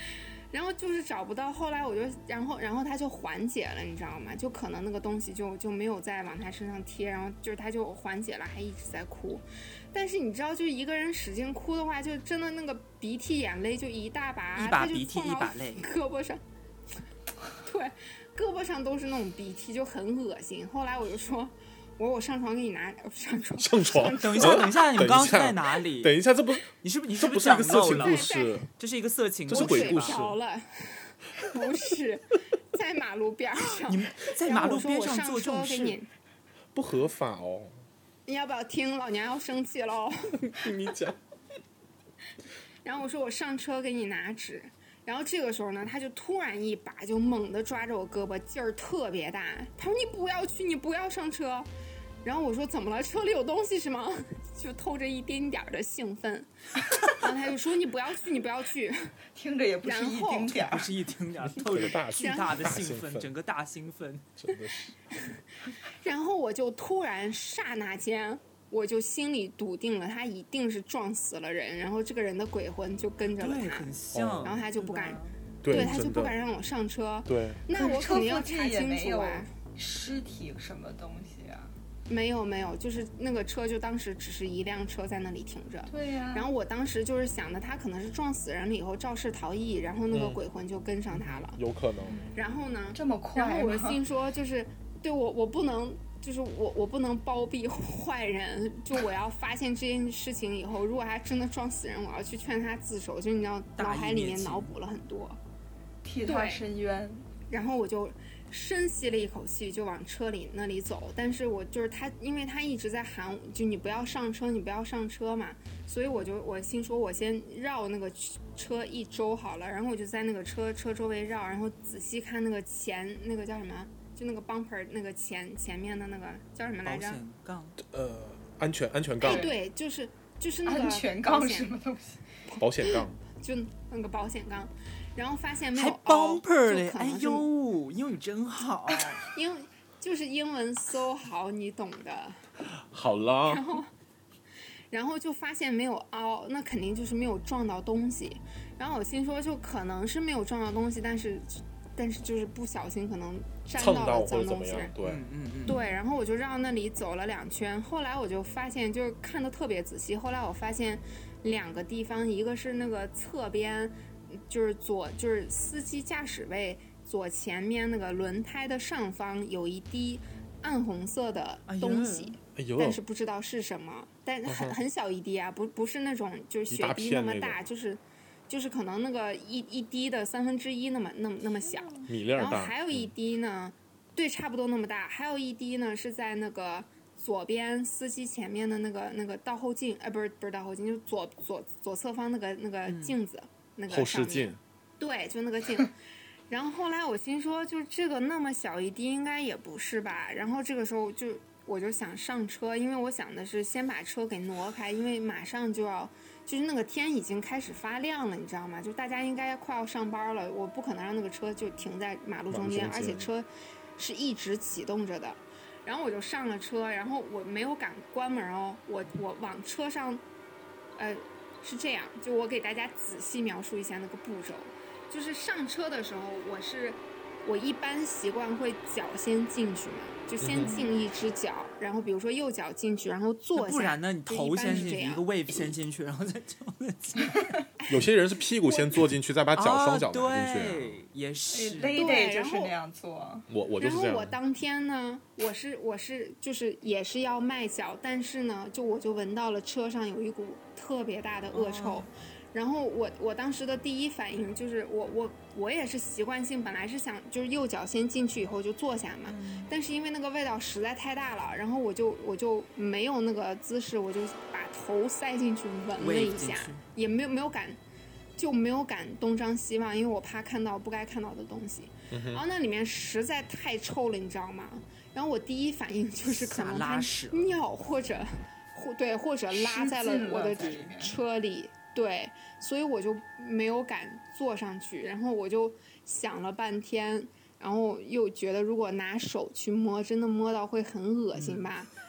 然后就是找不到，后来我就然后他就缓解了，你知道吗？就可能那个东西就没有再往他身上贴，然后就是他就缓解了，还一直在哭。但是你知道，就一个人使劲哭的话，就真的那个鼻涕眼泪就一大把， 一把鼻涕一把泪， 胳膊上，对，胳膊上都是那种鼻涕，就很恶心。后来我就说。我上床给你拿上床。 等一下，你们刚刚是在哪里？ 等一下，这不你是不是这不是一个色情故事？ 这是一个色情， 这是鬼故事。 了，不是，在马路边上。 你们在马路边上做这种事， 不合法哦。 你要不要听？老娘要生气喽！ 你讲。 然后我说我上车给你拿纸。然后这个时候呢，他就突然一把就猛地抓着我胳膊，劲儿特别大。他说：“你不要去，你不要上车。”然后我说：“怎么了？车里有东西是吗？”就透着一丁点儿的兴奋。然后他就说：“你不要去，你不要去。” 听着也不是一丁点儿， 不是一丁点儿，透着巨大的兴奋，整个大兴奋， 真的是。 然后我就突然刹那间。我就心里笃定了，他一定是撞死了人，然后这个人的鬼魂就跟着了他， 很像， 然后他就不敢， 对他就不敢让我上车。 对， 那我肯定要查清楚啊。 尸体什么东西啊？ 没有，就是那个车就当时只是一辆车在那里停着。 对呀。 然后我当时就是想的，他可能是撞死人了以后肇事逃逸，然后那个鬼魂就跟上他了。 有可能。 然后呢？ 这么快？ 然后我心说，就是对我不能。就是我不能包庇坏人，就我要发现这件事情以后，如果他真的撞死人，我要去劝他自首，就你知道，脑海里面脑补了很多， 替他伸冤。 然后我就深吸了一口气，就往车里那里走。但是我就是他，因为他一直在喊，就你不要上车，你不要上车嘛，所以我心说，我先绕那个车一周好了。然后我就在那个车周围绕，然后仔细看那个前那个叫什么？就那个 bumper 那个前面的那个叫什么来着？ 保险杠。 安全杠。 哎，对，就是那个安全杠什么东西？ 保险杠。 就那个保险杠，然后发现没有还 bumper 嘞！哎呦，英语真好。 就是英文so 好，你懂的。 好了。 然后就发现没有凹，那肯定就是没有撞到东西。然后我心说，就可能是没有撞到东西，但是就是不小心可能沾到了脏东西，对，然后我就绕那里走了2圈，后来我就发现，就是看得特别仔细，后来我发现2个地方，一个是那个侧边，就是就是司机驾驶位左前面那个轮胎的上方有一滴暗红色的东西，但是不知道是什么，但很小一滴啊，不是那种就是血滴那么大，就是可能那个一滴的1/3那么小， 米粒大。 然后还有一滴呢，对，差不多那么大。还有一滴呢是在那个左边司机前面的那个倒后镜，不是倒后镜，就是左侧方那个镜子，那个后视镜。 对，就那个镜。然后后来我心说，就这个那么小一滴应该也不是吧。然后这个时候我就想上车，因为我想的是先把车给挪开，因为马上就是那个天已经开始发亮了，你知道吗？就大家应该快要上班了，我不可能让那个车就停在马路中间，而且车是一直启动着的。然后我就上了车，然后我没有敢关门哦，我往车上，是这样，就我给大家仔细描述一下那个步骤，就是上车的时候，我一般习惯会脚先进去嘛，就先进一只脚，然后比如说右脚进去，然后坐下。 不然呢？你头先进去，一个 wave 先进去，然后再脚再进去。 有些人是屁股先坐进去，再把双脚拿进去。 对，也是。 对，就是那样做。 我就是这样。 然后我当天呢，我是就是也是要迈脚，但是呢，我就闻到了车上有一股特别大的恶臭。然后我当时的第一反应就是我也是习惯性，本来是想就是右脚先进去以后就坐下嘛，但是因为那个味道实在太大了，然后我就没有那个姿势，我就把头塞进去闻了一下，也没有敢东张西望，因为我怕看到不该看到的东西。然后那里面实在太臭了，你知道吗？然后我第一反应就是可能它尿或者拉在了我的车里。对，所以我就没有敢坐上去，然后我就想了半天，然后又觉得如果拿手去摸，真的摸到会很恶心吧。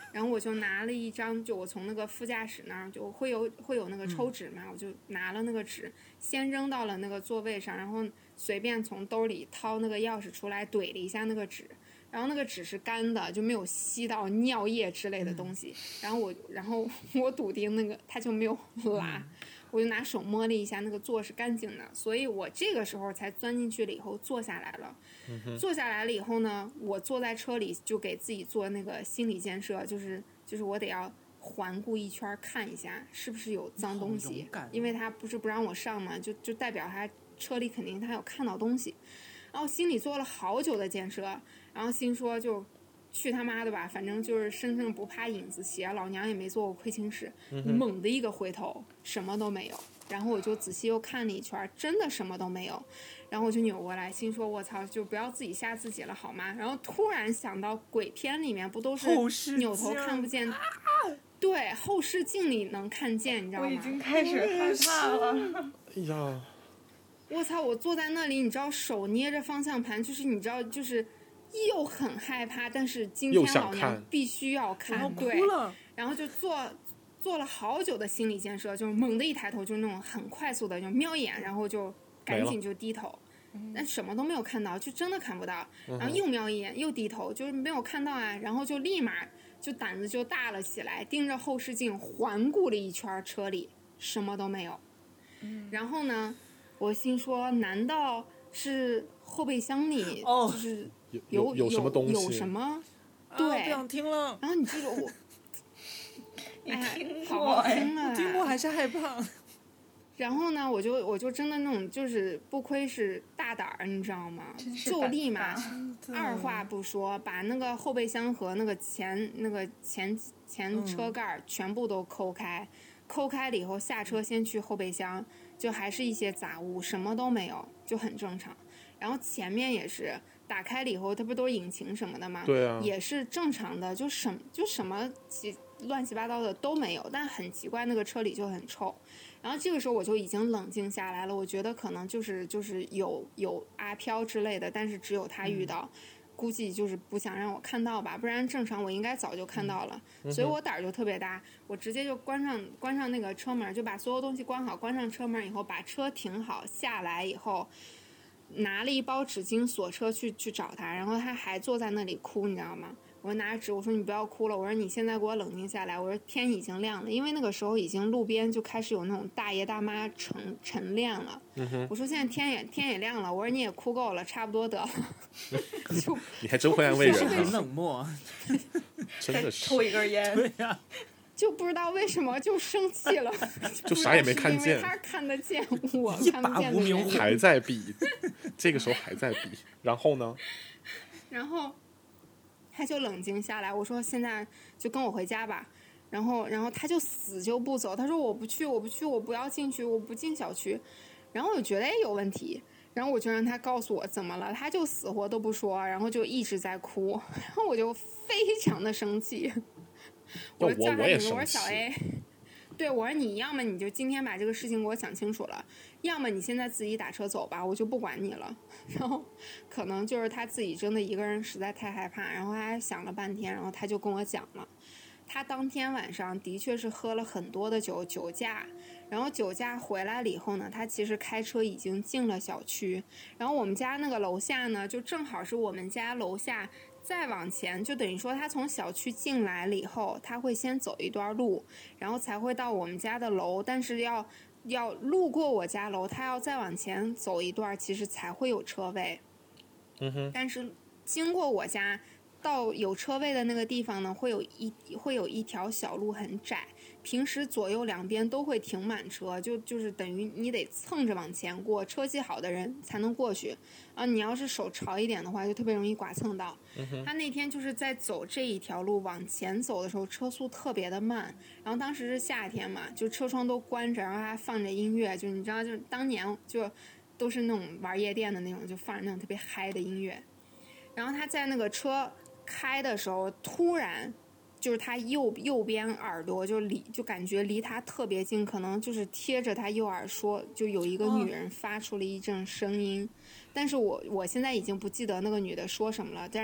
然后我就拿了一张，就我从那个副驾驶那儿就会有那个抽纸嘛，我就拿了那个纸，先扔到了那个座位上，然后随便从兜里掏那个钥匙出来，怼了一下那个纸，然后那个纸是干的，就没有吸到尿液之类的东西，然后我笃定那个它就没有拉。我就拿手摸了一下，那个座是干净的，所以我这个时候才钻进去了，以后坐下来了。坐下来了以后呢，我坐在车里就给自己做那个心理建设，就是我得要环顾一圈看一下是不是有脏东西，因为他不是不让我上嘛，就代表他车里肯定他有看到东西。然后心里做了好久的建设，然后心说就去他妈的吧，反正就是生生不怕影子斜，老娘也没做过亏心事。猛的一个回头，什么都没有。然后我就仔细又看了一圈，真的什么都没有。然后我就扭过来，心说我操，就不要自己吓自己了好吗？然后突然想到鬼片里面不都是扭头看不见，对，后视镜里能看见，你知道吗？ 我已经开始害怕了。 哎呀， 我操！我坐在那里，你知道，手捏着方向盘，就是你知道，就是又很害怕，但是今天老娘必须要看，对，然后就做了好久的心理建设，就是猛地一抬头，就那种很快速的就瞄一眼，然后就赶紧就低头，但什么都没有看到，就真的看不到，然后又瞄一眼，又低头，就是没有看到啊，然后就立马就胆子就大了起来，盯着后视镜环顾了一圈车里，什么都没有，然后呢？我心说，难道是后备箱里就是有什么东西？ 有什么？对， 不想听了。 然后你记得我， 你听好过哎？ 听啊！ 听过还是害怕。 然后呢，我就真的那种，就是不愧是大胆儿，你知道吗？就立马二话不说，把那个后备箱和那个前车盖全部都抠开，抠开了以后下车先去后备箱。就还是一些杂物，什么都没有，就很正常。然后前面也是打开了以后，它不都是引擎什么的吗？ 对啊， 也是正常的，就什么乱七八糟的都没有。但很奇怪，那个车里就很臭。然后这个时候我就已经冷静下来了，我觉得可能就是有阿飘之类的，但是只有他遇到。估计就是不想让我看到吧，不然正常我应该早就看到了，所以我胆儿就特别大，我直接就关上那个车门，就把所有东西关好，关上车门以后把车停好，下来以后拿了一包纸巾锁车去找他，然后他还坐在那里哭，你知道吗？我拿着纸，我说你不要哭了，我说你现在给我冷静下来，我说天已经亮了，因为那个时候已经路边就开始有那种大爷大妈晨练了，我说现在天也亮了，我说你也哭够了，差不多得了。就你还真会安慰人啊！ 很冷漠， 真的是抽一根烟， 对呀， 就不知道为什么就生气了， 就啥也没看见， 因为他看得见，我看不见的人还在比，这个时候还在比，然后呢？ 然后他就冷静下来，我说现在就跟我回家吧，然后他就死就不走，他说我不去，我不要进去，我不进小区，然后我觉得有问题。然后我就让他告诉我怎么了，他就死活都不说，然后就一直在哭，然后我就非常的生气，我就叫他名字，我说小 A， 对，我说你要么你就今天把这个事情给我讲清楚了，要么你现在自己打车走吧，我就不管你了。然后可能就是他自己真的一个人实在太害怕，然后他还想了半天，然后他就跟我讲了，他当天晚上的确是喝了很多的酒驾。然后酒驾回来了以后呢，他其实开车已经进了小区，然后我们家那个楼下呢，就正好是我们家楼下再往前，就等于说他从小区进来了以后，他会先走一段路，然后才会到我们家的楼，但是要路过我家楼，他要再往前走一段，其实才会有车位。但是经过我家到有车位的那个地方呢，会有一条小路很窄，平时左右两边都会停满车，就是等于你得蹭着往前过，车技好的人才能过去啊。你要是手潮一点的话，就特别容易剐蹭到。他那天就是在走这一条路往前走的时候，车速特别的慢，然后当时是夏天嘛，就车窗都关着，然后还放着音乐，就你知道，就是当年就都是那种玩夜店的那种，就放着那种特别嗨的音乐。然后他在那个车开的时候，突然就是他右边耳朵就感觉离他特别近，可能就是贴着他右耳说，就有一个女人发出了一阵声音，但是我现在已经不记得那个女的说什么了，但是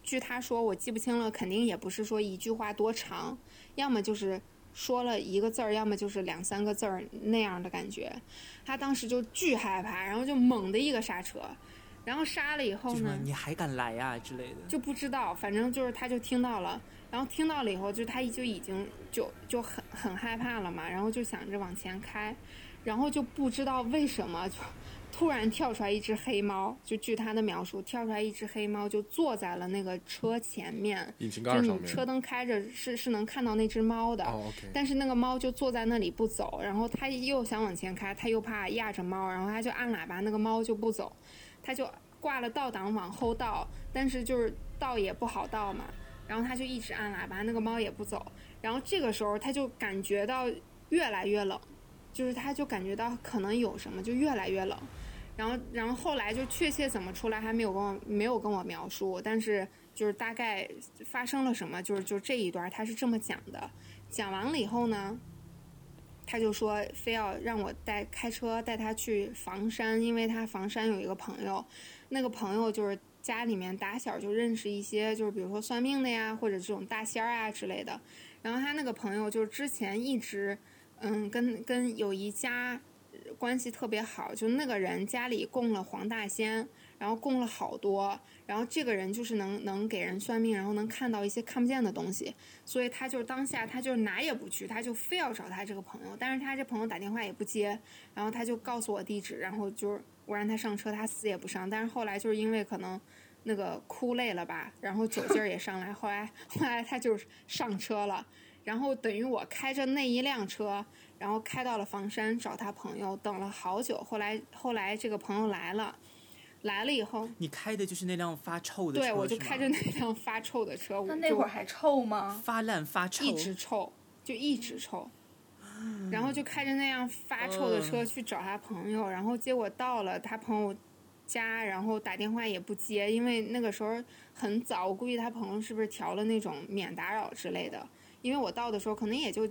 据他说，我记不清了，肯定也不是说一句话多长，要么就是说了一个字儿，要么就是2-3个字儿那样的感觉。他当时就巨害怕，然后就猛的一个刹车，然后刹了以后呢， 你还敢来呀之类的， 就不知道，反正就是他就听到了，然后听到了以后，就他就已经就很害怕了嘛，然后就想着往前开，然后就不知道为什么就突然跳出来一只黑猫，就据他的描述，跳出来一只黑猫就坐在了那个车前面， 引擎盖上面， 就是你车灯开着是能看到那只猫的，但是那个猫就坐在那里不走，然后他又想往前开，他又怕压着猫，然后他就按喇叭，那个猫就不走，他就挂了倒档往后倒，但是就是倒也不好倒嘛，然后他就一直按喇叭，那个猫也不走，然后这个时候他就感觉到越来越冷，就是他就感觉到可能有什么就越来越冷，然后后来就确切怎么出来还没有跟我描述，但是就是大概发生了什么，就这一段他是这么讲的。讲完了以后呢，他就说非要让我开车带他去房山，因为他房山有一个朋友，那个朋友就是家里面打小就认识一些，就是比如说算命的呀，或者这种大仙儿啊之类的。然后他那个朋友就是之前一直跟有一家关系特别好，就那个人家里供了黄大仙，然后供了好多，然后这个人就是能给人算命，然后能看到一些看不见的东西，所以他就是当下他就是哪也不去，他就非要找他这个朋友，但是他这朋友打电话也不接，然后他就告诉我地址，然后就是我让他上车，他死也不上，但是后来就是因为可能那个哭累了吧，然后酒劲儿也上来，后来他就上车了，然后等于我开着那一辆车，然后开到了房山找他朋友，等了好久，后来这个朋友来了以后， 你开的就是那辆发臭的车？ 对，我就开着那辆发臭的车。 那会儿还臭吗？ 发烂发臭， 一直臭，就一直臭。然后就开着那辆发臭的车去找他朋友，然后结果到了他朋友家，然后打电话也不接，因为那个时候很早，我估计他朋友是不是调了那种免打扰之类的，因为我到的时候可能也就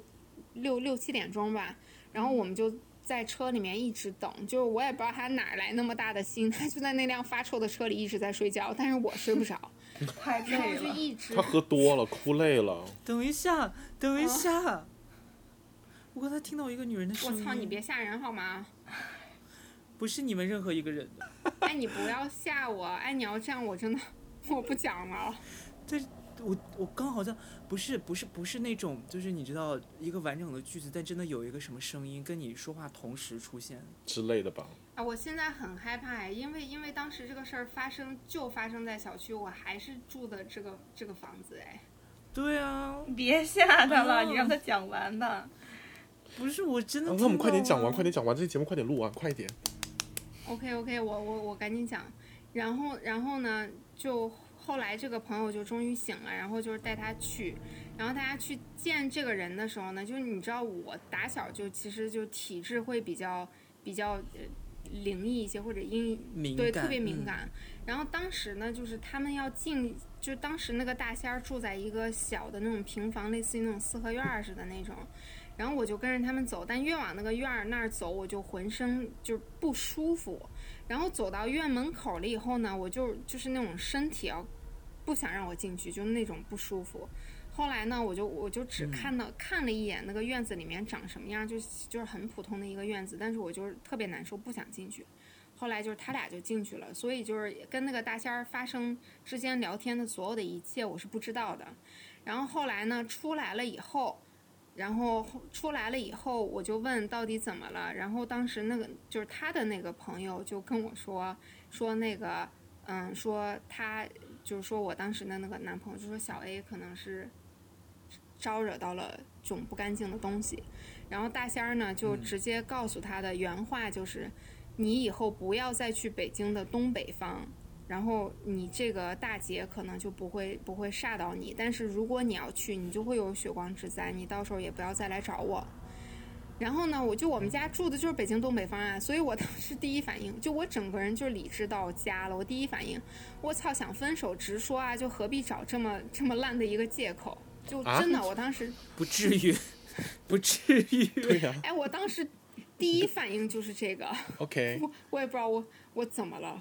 6-7点钟吧，然后我们就在车里面一直等，就是我也不知道他哪来那么大的心，他就在那辆发臭的车里一直在睡觉，但是我睡不着， 太累了， 然后就一直他喝多了，哭累了。 等一下，我刚才听到一个女人的声音。 我操，你别吓人好吗？ 不是你们任何一个人的。 哎，你不要吓我，哎，你要这样我真的我不讲了。 对，我刚好像不是那种，就是你知道一个完整的句子，但真的有一个什么声音跟你说话同时出现之类的吧。 啊，我现在很害怕，因为当时这个事儿发生在小区，我还是住的这个房子哎。 对啊， 别吓他了，你让他讲完吧。 不是，我真的那我们快点讲完，这节目快点录完，快一点。 OK， 我赶紧讲，然后呢，就后来这个朋友就终于醒了，然后就是带他去，然后大家去见这个人的时候呢，就是你知道我打小就其实就体质会比较灵异一些，或者对特别敏感。然后当时呢，就是他们要进，就当时那个大仙儿住在一个小的那种平房，类似于那种四合院似的那种。然后我就跟着他们走，但越往那个院儿那儿走，我就浑身就不舒服。然后走到院门口了以后呢，我就是那种身体不想让我进去，就是那种不舒服。后来呢，我就只看了一眼那个院子里面长什么样，就是很普通的一个院子，但是我就是特别难受，不想进去。后来就是他俩就进去了，所以就是跟那个大仙儿发生之间聊天的所有的一切我是不知道的。然后后来呢，出来了以后，我就问到底怎么了。然后当时那个就是他的那个朋友就跟我说那个说他就是说我当时的那个男朋友就说小 A 可能是招惹到了这种不干净的东西。然后大仙儿呢就直接告诉他的原话就是你以后不要再去北京的东北方，然后你这个大劫可能就不会煞到你，但是如果你要去，你就会有血光之灾，你到时候也不要再来找我。然后呢，我们家住的就是北京东北方啊，所以我当时第一反应就我整个人就理智到家了。我第一反应，我操，想分手直说啊，就何必找这么烂的一个借口？就真的，我当时不至于，不至于。 对呀。 哎，我当时第一反应就是这个。 OK。 我也不知道我怎么了。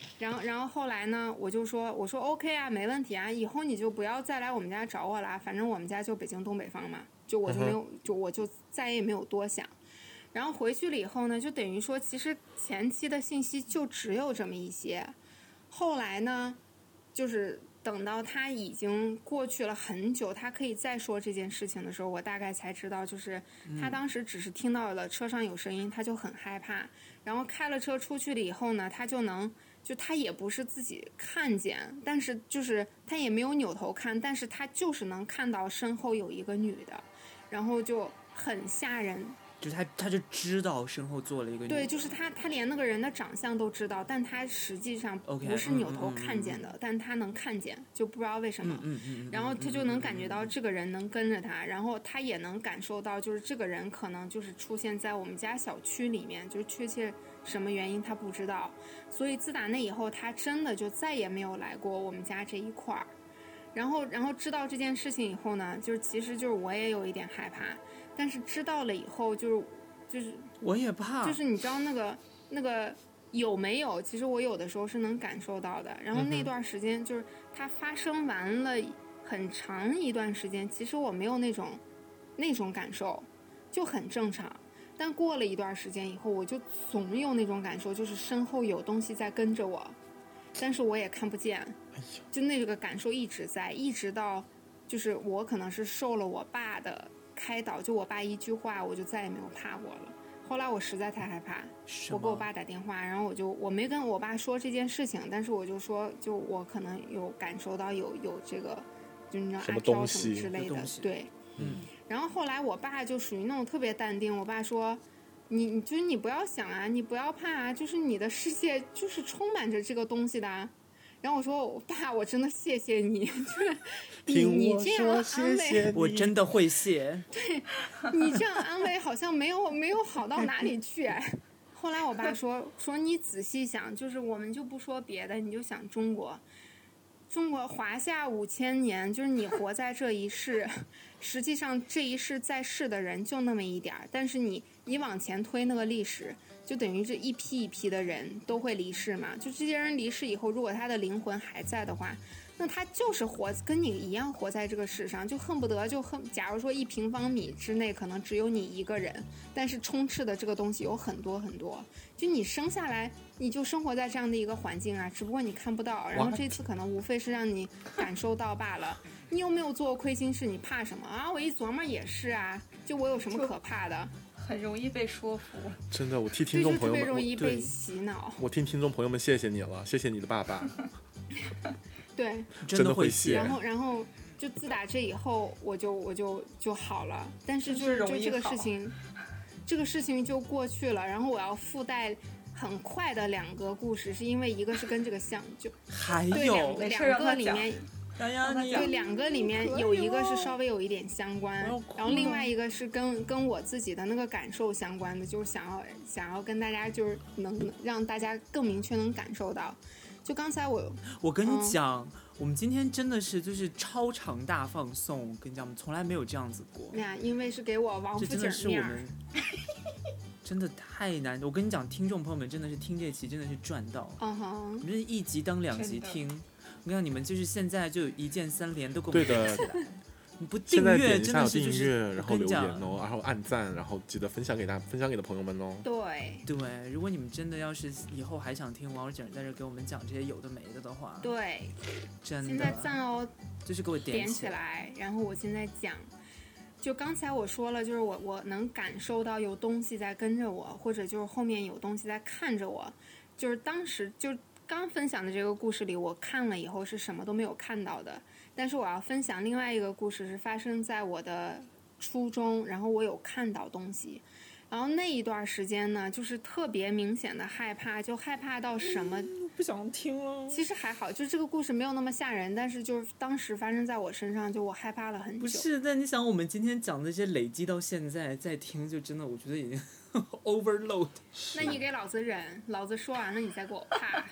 然后后来呢，我说 OK 啊，没问题啊，以后你就不要再来我们家找我啦，反正我们家就北京东北方嘛，就我就没有，就我就再也没有多想。然后回去了以后呢，就等于说其实前期的信息就只有这么一些，后来呢，就是等到他已经过去了很久，他可以再说这件事情的时候，我大概才知道，就是他当时只是听到了车上有声音，他就很害怕，然后开了车出去了以后呢，他他也不是自己看见，但是就是他也没有扭头看，但是他就是能看到身后有一个女的，然后就很吓人。 就是他就知道身后坐了一个女的。 对，就是他连那个人的长相都知道，但他实际上不是扭头看见的，但他能看见，就不知道为什么。然后他就能感觉到这个人能跟着他，然后他也能感受到，就是这个人可能就是出现在我们家小区里面，就是确切什么原因他不知道。所以自打那以后，他真的就再也没有来过我们家这一块儿。然后知道这件事情以后呢，就是其实就是我也有一点害怕。但是知道了以后，就是我也怕， 就是你知道那个有没有？其实我有的时候是能感受到的。然后那段时间就是它发生完了很长一段时间，其实我没有那种感受，就很正常。但过了一段时间以后，我就总有那种感受，就是身后有东西在跟着我，但是我也看不见，就那个感受一直在，一直到就是我可能是受了我爸的开导，就我爸一句话，我就再也没有怕过了。后来我实在太害怕，我给我爸打电话，然后我没跟我爸说这件事情，但是我就说，就我可能有感受到有这个，就你知道阿飘什么之类的，对，然后后来我爸就属于那种特别淡定，我爸说，你不要想啊，你不要怕啊，就是你的世界就是充满着这个东西的啊。然后我说爸，我真的谢谢你，就是你这样安慰我真的会谢。 对，你这样安慰好像没有好到哪里去。后来我爸说你仔细想，就是我们就不说别的，你就想中国华夏5000年，就是你活在这一世，实际上这一世在世的人就那么一点儿，但是你往前推那个历史，就等于这一批一批的人都会离世嘛，就这些人离世以后，如果他的灵魂还在的话，那他就是跟你一样活在这个世上，就恨不得假如说1平方米之内可能只有你一个人，但是充斥的这个东西有很多很多，就你生下来你就生活在这样的一个环境啊，只不过你看不到，然后这次可能无非是让你感受到罢了。你有没有做过亏心事？你怕什么啊？我一琢磨也是啊，就我有什么可怕的？ 很容易被说服， 真的，我替听众朋友们， 特别容易被洗脑。 我听听众朋友们谢谢你了，谢谢你的爸爸。 对， 真的会谢。 然后就自打这以后，我就好了。但是就这个事情就过去了。然后我要附带很快的2个故事，是因为一个是跟这个像，就还有两个里面。对，2个里面有一个是稍微有一点相关，然后另外一个是跟我自己的那个感受相关的，就是想要跟大家就是能让大家更明确能感受到。就刚才我跟你讲，我们今天真的是就是超长大放送，我跟你讲，我们从来没有这样子过。 呀，因为是给我王府井面。这真的是我们真的太难。我跟你讲，听众朋友们真的是听这期真的是赚到。你们是1集当2集听。我跟你讲，你们就是现在就一键3连都给我们点起来。你不订阅真的是就是然后留言哦，然后按赞，然后记得分享给的朋友们哦。 对， 如果你们真的要是以后还想听王府井在这给我们讲这些有的没的的话， 对， 真的现在赞哦， 就是给我点起来，然后我现在讲。就刚才我说了，就是我能感受到有东西在跟着我，或者就是后面有东西在看着我，就是当时就刚分享的这个故事里，我看了以后是什么都没有看到的。但是我要分享另外一个故事，是发生在我的初中，然后我有看到东西，然后那一段时间呢，就是特别明显的害怕，就害怕到什么不想听了。 其实还好，就这个故事没有那么吓人，但是就是当时发生在我身上，就我害怕了很久。 不是，但你想我们今天讲的这些累积到现在再听，就真的我觉得已经overload。 那你给老子忍，老子说完了你再给我怕。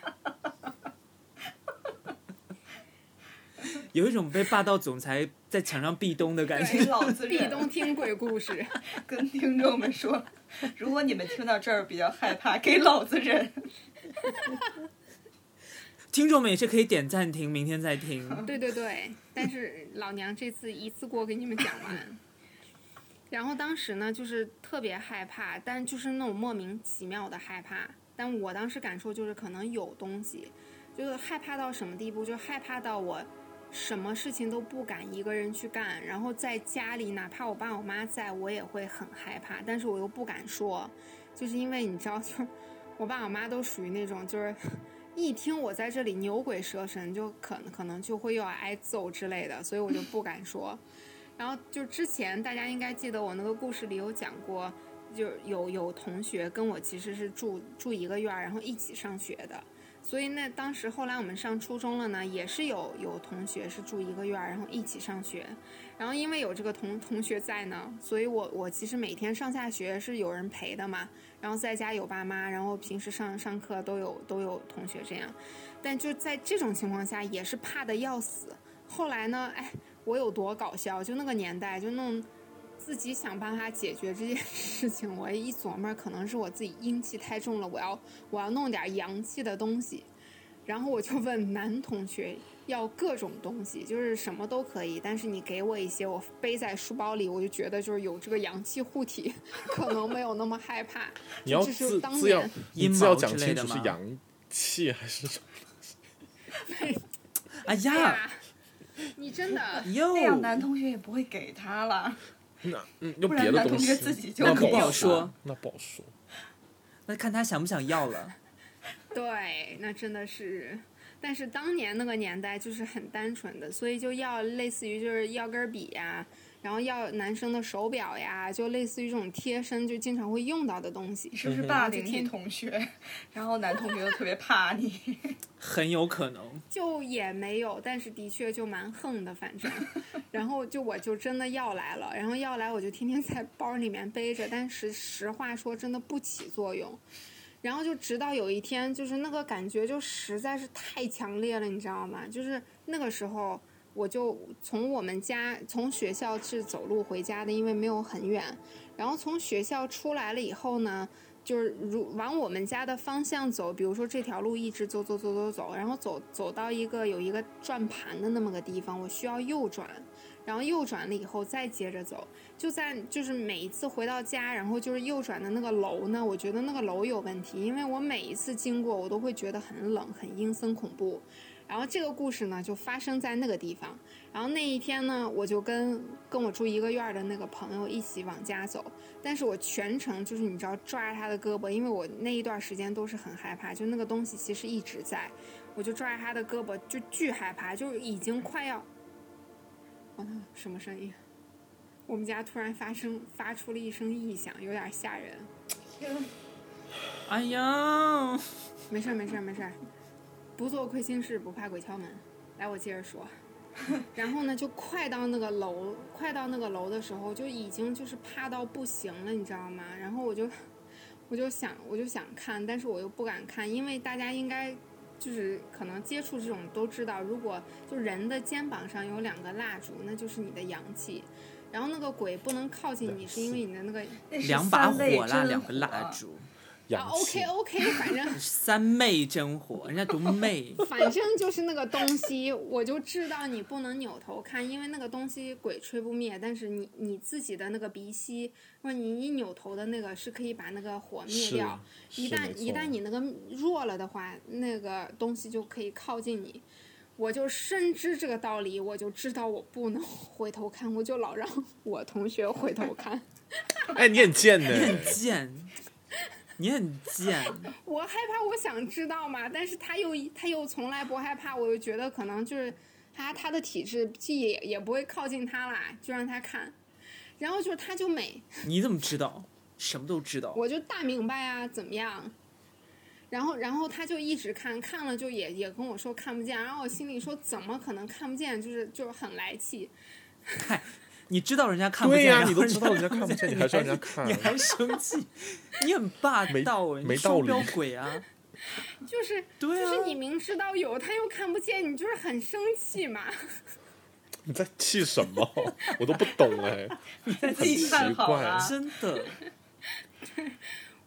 有一种被霸道总裁在墙上壁咚的感觉。 壁咚听鬼故事， 跟听众们说，如果你们听到这儿比较害怕，给老子忍。 听众们也是可以点暂停，明天再听。 对对对，但是老娘这次一次过给你们讲完。然后当时呢，就是特别害怕，但就是那种莫名其妙的害怕。但我当时感受就是可能有东西，就是害怕到什么地步，就害怕到我什么事情都不敢一个人去干，然后在家里哪怕我爸我妈在，我也会很害怕，但是我又不敢说，就是因为你知道，就是我爸我妈都属于那种就是一听我在这里牛鬼蛇神，就可能就会又要挨揍之类的，所以我就不敢说。然后就之前大家应该记得我那个故事里有讲过，就有同学跟我其实是住一个院，然后一起上学的。所以那当时后来我们上初中了呢，也是有同学是住一个院，然后一起上学。然后因为有这个同学在呢，所以我其实每天上下学是有人陪的嘛，然后在家有爸妈，然后平时上课都有同学这样。但就在这种情况下也是怕的要死。后来呢，我有多搞笑，就那个年代就弄自己想办法解决这件事情。我一琢磨可能是我自己阴气太重了，我要弄点阳气的东西。然后我就问男同学要各种东西，就是什么都可以，但是你给我一些，我背在书包里，我就觉得就是有这个阳气护体，可能没有那么害怕。 你要字要讲清楚是阳气还是什么？ 哎呀， 你真的那样男同学也不会给他了。 有别的东西， 不然男同学自己就那可不好说， 那不好说。 那看他想不想要了。 对，那真的是，但是当年那个年代就是很单纯的，所以就要类似于就是要根笔呀，然后要男生的手表呀，就类似于这种贴身就经常会用到的东西。 是不是霸凌你同学，然后男同学又特别怕你？ 很有可能。 就也没有，但是的确就蛮横的，反正。然后我就真的要来了，然后要来我就天天在包里面背着，但是实话说真的不起作用。然后就直到有一天，就是那个感觉就实在是太强烈了，你知道吗？就是那个时候，我就从学校是走路回家的，因为没有很远。然后从学校出来了以后呢，就是往我们家的方向走，比如说这条路一直走，然后走到有一个转盘的那么个地方，我需要右转。然后右转了以后再接着走，就是每一次回到家，然后就是右转的那个楼呢，我觉得那个楼有问题，因为我每一次经过我都会觉得很冷很阴森恐怖。然后这个故事呢就发生在那个地方。然后那一天呢，我就跟我住一个院的那个朋友一起往家走，但是我全程就是你知道抓着他的胳膊，因为我那一段时间都是很害怕，就那个东西其实一直在，我就抓着他的胳膊就巨害怕，就已经快要什么声音？我们家突然发出了一声异响，有点吓人。 哎呀， 没事，不做亏心事，不怕鬼敲门。来，我接着说。然后呢，就快到那个楼的时候，就已经就是怕到不行了，你知道吗？然后我就想看，但是我又不敢看，因为大家应该就是可能接触这种都知道，如果就人的肩膀上有2个蜡烛，那就是你的阳气。然后那个鬼不能靠近你，是因为你的那个 2把火啦，2个蜡烛。 OK， 反正 3昧真火，人家读昧。 反正就是那个东西，我就知道你不能扭头看，因为那个东西鬼吹不灭，但是你自己的那个鼻息，或者你一扭头的那个是可以把那个火灭掉。一旦你那个弱了的话，那个东西就可以靠近你。我就深知这个道理，我就知道我不能回头看，我就老让我同学回头看。 哎，你很贱呢！ 你很贱。 我害怕，我想知道嘛，但是他又从来不害怕，我就觉得可能就是他的体质也不会靠近他啦，就让他看。然后就是他就美。 你怎么知道？什么都知道。 我就大明白啊，怎么样？然后他就一直看了就也跟我说看不见，然后我心里说怎么可能看不见，就是很来气。 嗨，你知道人家看不见， 对呀，你都知道人家看不见，你还让人家看， 你还生气，你很霸道， 没道理， 双标鬼啊！ 就是你明知道有，他又看不见，你就是很生气嘛。 你在气什么？我都不懂哎， 你在气饭好啊， 真的。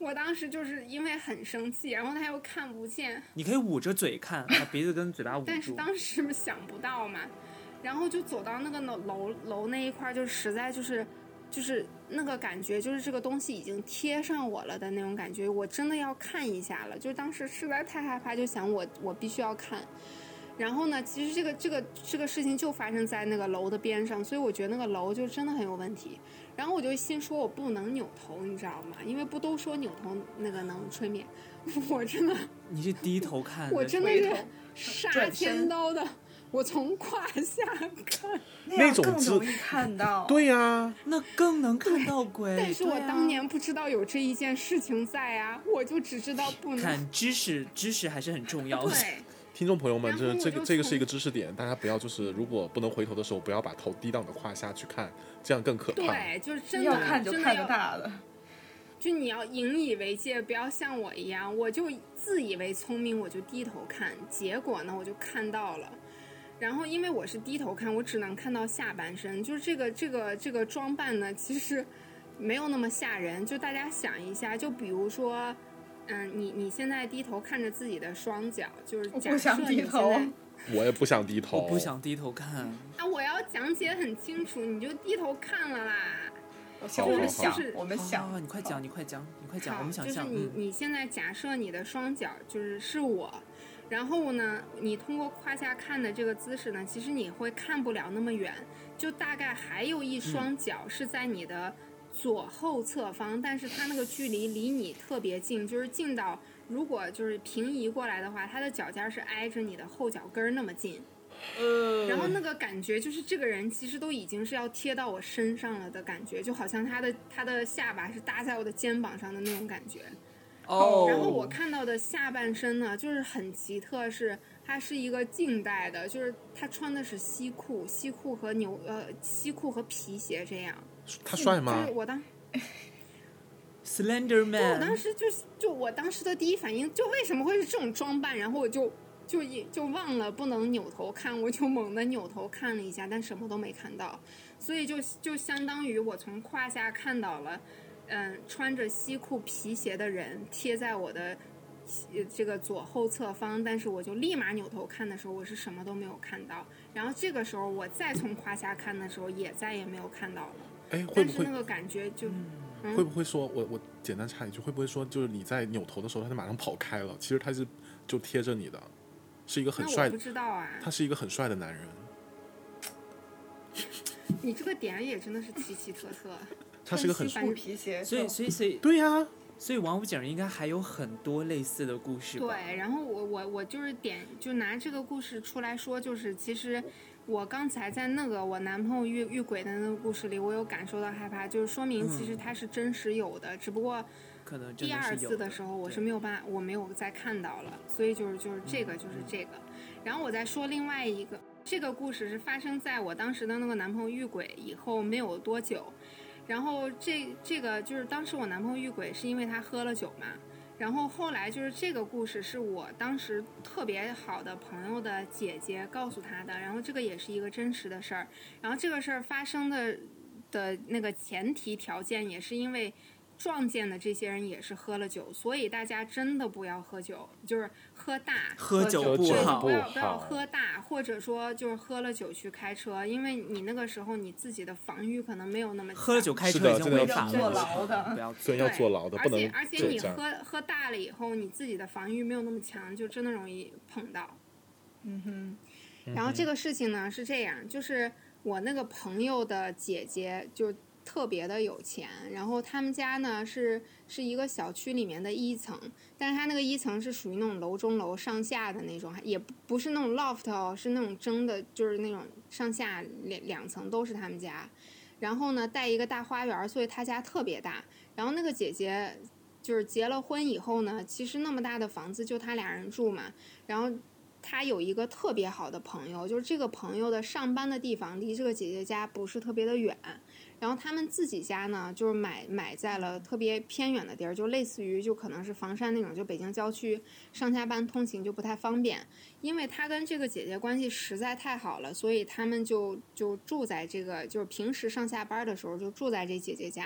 我当时就是因为很生气，然后他又看不见， 你可以捂着嘴看，把鼻子跟嘴巴捂住。 但是当时想不到嘛，然后就走到那个楼那一块，就实在就是那个感觉，就是这个东西已经贴上我了的那种感觉，我真的要看一下了。就当时实在太害怕，就想我必须要看。然后呢，其实这个事情就发生在那个楼的边上，所以我觉得那个楼就真的很有问题。然后我就心说，我不能扭头，你知道吗？因为不都说扭头那个能催眠，我真的你是低头看的， 我真的是杀千刀的。我从胯下看， 那样更容易看到。 对呀， 那更能看到鬼。 但是我当年不知道有这一件事情在啊，我就只知道不能看知识还是很重要的。 对， 听众朋友们，这个是一个知识点，大家不要就是如果不能回头的时候，不要把头低到你的胯下去看，这样更可怕。 对，就是真的要看就看个大的。 就你要引以为戒，不要像我一样，我就自以为聪明，我就低头看，结果呢，我就看到了。然后因为我是低头看，我只能看到下半身，就是这个装扮呢，其实没有那么吓人。就大家想一下，就比如说，你现在低头看着自己的双脚，就是假设你现在， 我也不想低头， 我不想低头看啊，我要讲解很清楚，你就低头看了啦。 我们想， 你快讲，我们想象。 就是你现在假设你的双脚是我。然后呢，你通过胯下看的这个姿势呢，其实你会看不了那么远，就大概还有一双脚是在你的左后侧方，但是它那个距离离你特别近，就是近到如果就是平移过来的话，它的脚尖是挨着你的后脚跟那么近。然后那个感觉就是这个人其实都已经是要贴到我身上了的感觉，就好像他的下巴是搭在我的肩膀上的那种感觉。然后我看到的下半身呢，就是很奇特，它是一个近代的，就是他穿的是西裤和西裤和皮鞋这样。 他帅吗？ 就是我 Slender Man。 我当时我当时的第一反应就为什么会是这种装扮，然后我就忘了不能扭头看，我就猛地扭头看了一下，但什么都没看到，所以就相当于我从胯下看到了。穿着西裤皮鞋的人贴在我的这个左后侧方，但是我就立马扭头看的时候，我是什么都没有看到。然后这个时候我再从胯下看的时候，也再也没有看到了。 哎，会不会那个感觉就， 会不会说我简单插一句，会不会说就是你在扭头的时候，他就马上跑开了？其实他是就贴着你的，是一个很帅的， 我不知道啊， 他是一个很帅的男人。 你这个点也真的是奇奇特特。 他是个很酷皮鞋， 所以对呀， 所以王府井应该还有很多类似的故事吧。 对，然后我就是就拿这个故事出来说，就是其实我刚才在那个我男朋友遇鬼的那个故事里，我有感受到害怕，就是说明其实它是真实有的，只不过可能第二次的时候我是没有我没有再看到了，所以就是这个就是这个。然后我再说另外一个，这个故事是发生在我当时的那个男朋友遇鬼以后没有多久。然后这个就是当时我男朋友遇鬼是因为他喝了酒嘛，然后后来就是这个故事是我当时特别好的朋友的姐姐告诉他的，然后这个也是一个真实的事儿，然后这个事儿发生的那个前提条件也是因为撞见的这些人也是喝了酒，所以大家真的不要喝酒，就是喝大， 喝酒不好， 不要喝大，或者说就是喝了酒去开车，因为你那个时候你自己的防御可能没有那么强。 喝了酒开车已经违法了， 坐牢的， 不要对，要坐牢的，不能。 而且你喝大了以后，你自己的防御没有那么强，就真的容易碰到。然后这个事情呢是这样，就是我那个朋友的姐姐就特别的有钱，然后他们家呢是一个小区里面的一层，但是他那个一层是属于那种楼中楼上下的那种，也不是那种 loft 哦，是那种真的就是那种上下两层都是他们家，然后呢带一个大花园，所以他家特别大。然后那个姐姐就是结了婚以后呢，其实那么大的房子就他俩人住嘛，然后他有一个特别好的朋友，就是这个朋友的上班的地方离这个姐姐家不是特别的远，然后他们自己家呢就是买在了特别偏远的地儿，就类似于就可能是房山那种，就北京郊区，上下班通勤就不太方便。因为他跟这个姐姐关系实在太好了，所以他们就住在这个，就是平时上下班的时候就住在这姐姐家。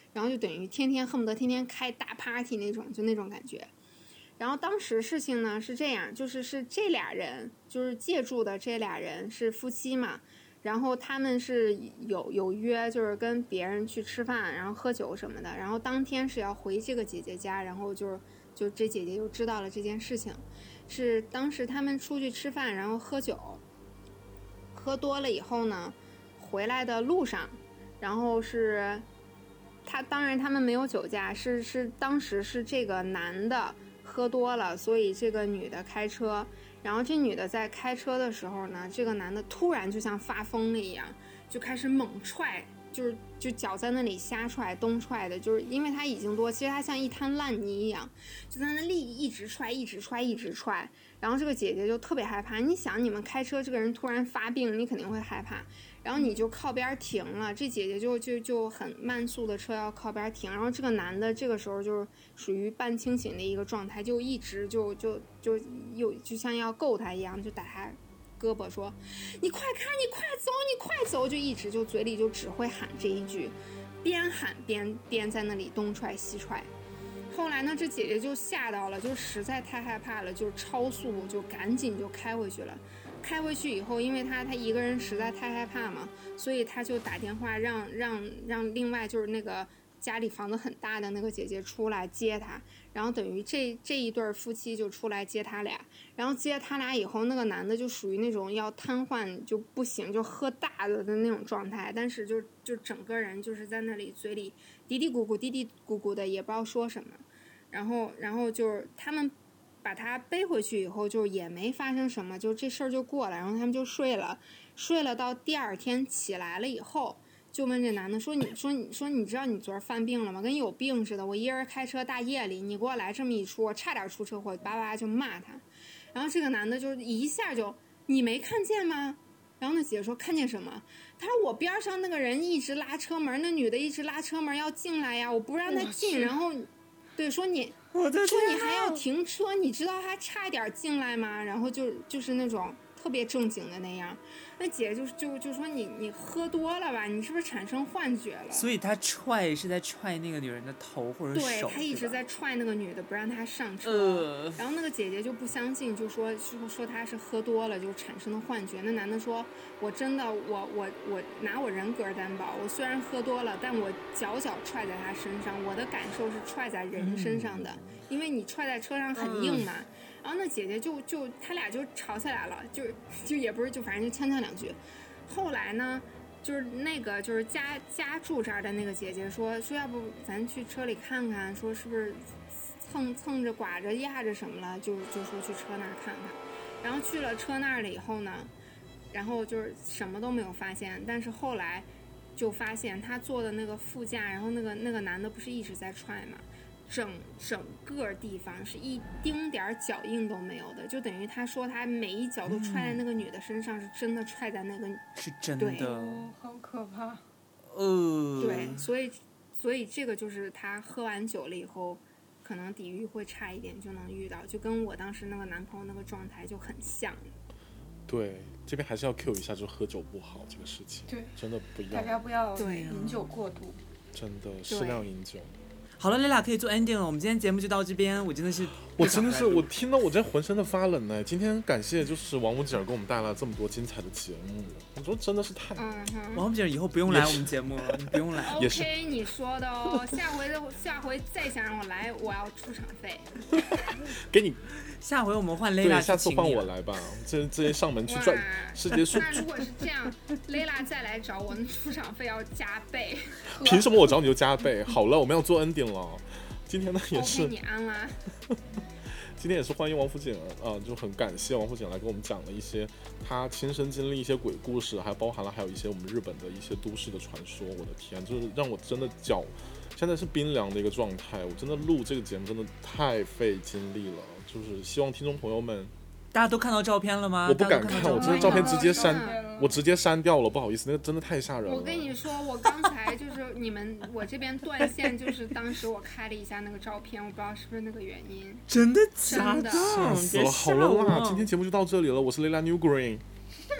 然后就等于天天恨不得天天开大 party 那种，就那种感觉。然后当时事情呢是这样，是这俩人，就是借住的这俩人是夫妻嘛，然后他们是有约，就是跟别人去吃饭，然后喝酒什么的，然后当天是要回这个姐姐家，然后就这姐姐就知道了这件事情，是当时他们出去吃饭，然后喝酒，喝多了以后呢，回来的路上，然后是当然他们没有酒驾，是当时是这个男的喝多了，所以这个女的开车，然后这女的在开车的时候呢，这个男的突然就像发疯了一样，就开始猛踹，就脚在那里瞎踹东踹的，就是因为他已经多，其实他像一滩烂泥一样，就在那里一直踹，然后这个姐姐就特别害怕。你想你们开车，这个人突然发病，你肯定会害怕，然后你就靠边停了，这姐姐就很慢速的车要靠边停，然后这个男的这个时候就是属于半清醒的一个状态，就一直就像要够他一样，就打他胳膊说你快看你快走，就一直就嘴里就只会喊这一句，边喊边在那里东踹西踹。后来呢，这姐姐就吓到了，就实在太害怕了，就超速，就赶紧就开回去了。开回去以后，因为她一个人实在太害怕嘛，所以她就打电话让另外就是那个家里房子很大的那个姐姐出来接她，然后等于这一对夫妻就出来接他俩，然后接他俩以后，那个男的就属于那种要瘫痪就不行，就喝大了的那种状态，但是就整个人就是在那里嘴里嘀嘀咕咕的，也不知道说什么，然后就是他们把他背回去以后，就也没发生什么，就这事儿就过了，然后他们就睡了到第二天起来了以后。就问这男的说你知道你昨儿犯病了吗？跟有病似的，我一人开车大夜里，你给我来这么一出，我差点出车祸，叭就骂他。然后这个男的就一下就你没看见吗？然后那姐姐说看见什么？他说我边上那个人一直拉车门，那女的一直拉车门要进来呀，我不让他进，然后对说你还要停车，你知道他差一点进来吗？然后就是那种特别正经的那样。那姐就说你喝多了吧，你是不是产生幻觉了？ 所以他踹是在踹那个女人的头或者手， 对，他一直在踹那个女的，不让她上车。然后那个姐姐就不相信，就说他是喝多了就产生的幻觉。那男的说，我真的我拿我人格担保，我虽然喝多了，但我脚踹在他身上，我的感受是踹在人身上的，因为你踹在车上很硬嘛。然后那姐姐就他俩就吵起来了，就也不是就反正就呛两句。后来呢，就是那个就是家住这儿的那个姐姐说要不咱去车里看看，说是不是蹭着刮着压着什么了，就说去车那儿看看。然后去了车那儿了以后呢，然后就是什么都没有发现，但是后来就发现他坐的那个副驾，然后那个男的不是一直在踹嘛。整个地方是一丁点脚印都没有的，就等于他说他每一脚都踹在那个女的身上，是真的踹在那个， 是真的， 好可怕。 对，所以这个就是他喝完酒了以后，可能抵御会差一点就能遇到，就跟我当时那个男朋友那个状态就很像。 对，这边还是要 cue 一下，就喝酒不好这个事情， 对， 真的不要， 大家不要饮酒过度， 真的适量饮酒。 好了，Layla可以做 ending 了，我们今天节目就到这边。我真的是我听到我真浑身的发冷呢。今天感谢就是王五姐给我们带来了这么多精彩的节目，我说真的是太…… 王五姐以后不用来我们节目了，你不用来。 OK， 你说的哦，下回再想让我来，我要出场费。 给你。 下回我们换 Layla， 对，下次换我来吧，直接上门去赚世界数。 那如果是这样，Layla 再来找我，出场费要加倍。 凭什么我找你就加倍？好了，我们要做 ending 了。今天呢也是。 OK， 你安啦。 今天也是欢迎王府井就很感谢王府井来跟我们讲了一些他亲身经历一些鬼故事，还包含了还有一些我们日本的一些都市的传说。我的天，就是让我真的脚现在是冰凉的一个状态。我真的录这个节目真的太费精力了。就是希望听众朋友们， 大家都看到照片了吗？ 我不敢看，我这照片直接删掉了，不好意思，那个真的太吓人了。 我跟你说，我刚才就是我这边断线，就是当时我开了一下那个照片，我不知道是不是那个原因。 真的假的？ 吓死了！好了啦，今天节目就到这里了。我是 Layla New Green，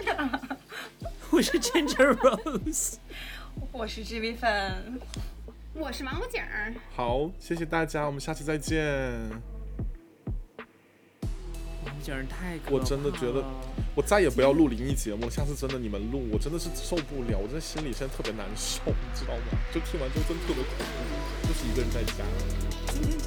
我是 Ginger Rose， 我是 GB 粉。 我是王府井儿。 好，谢谢大家，我们下次再见。 王府井儿太可怕了， 我真的觉得我再也不要录灵异节目，下次真的你们录，我真的是受不了，我真的心里现在特别难受，你知道吗？就听完之后真的特别恐怖，就是一个人在家。 今天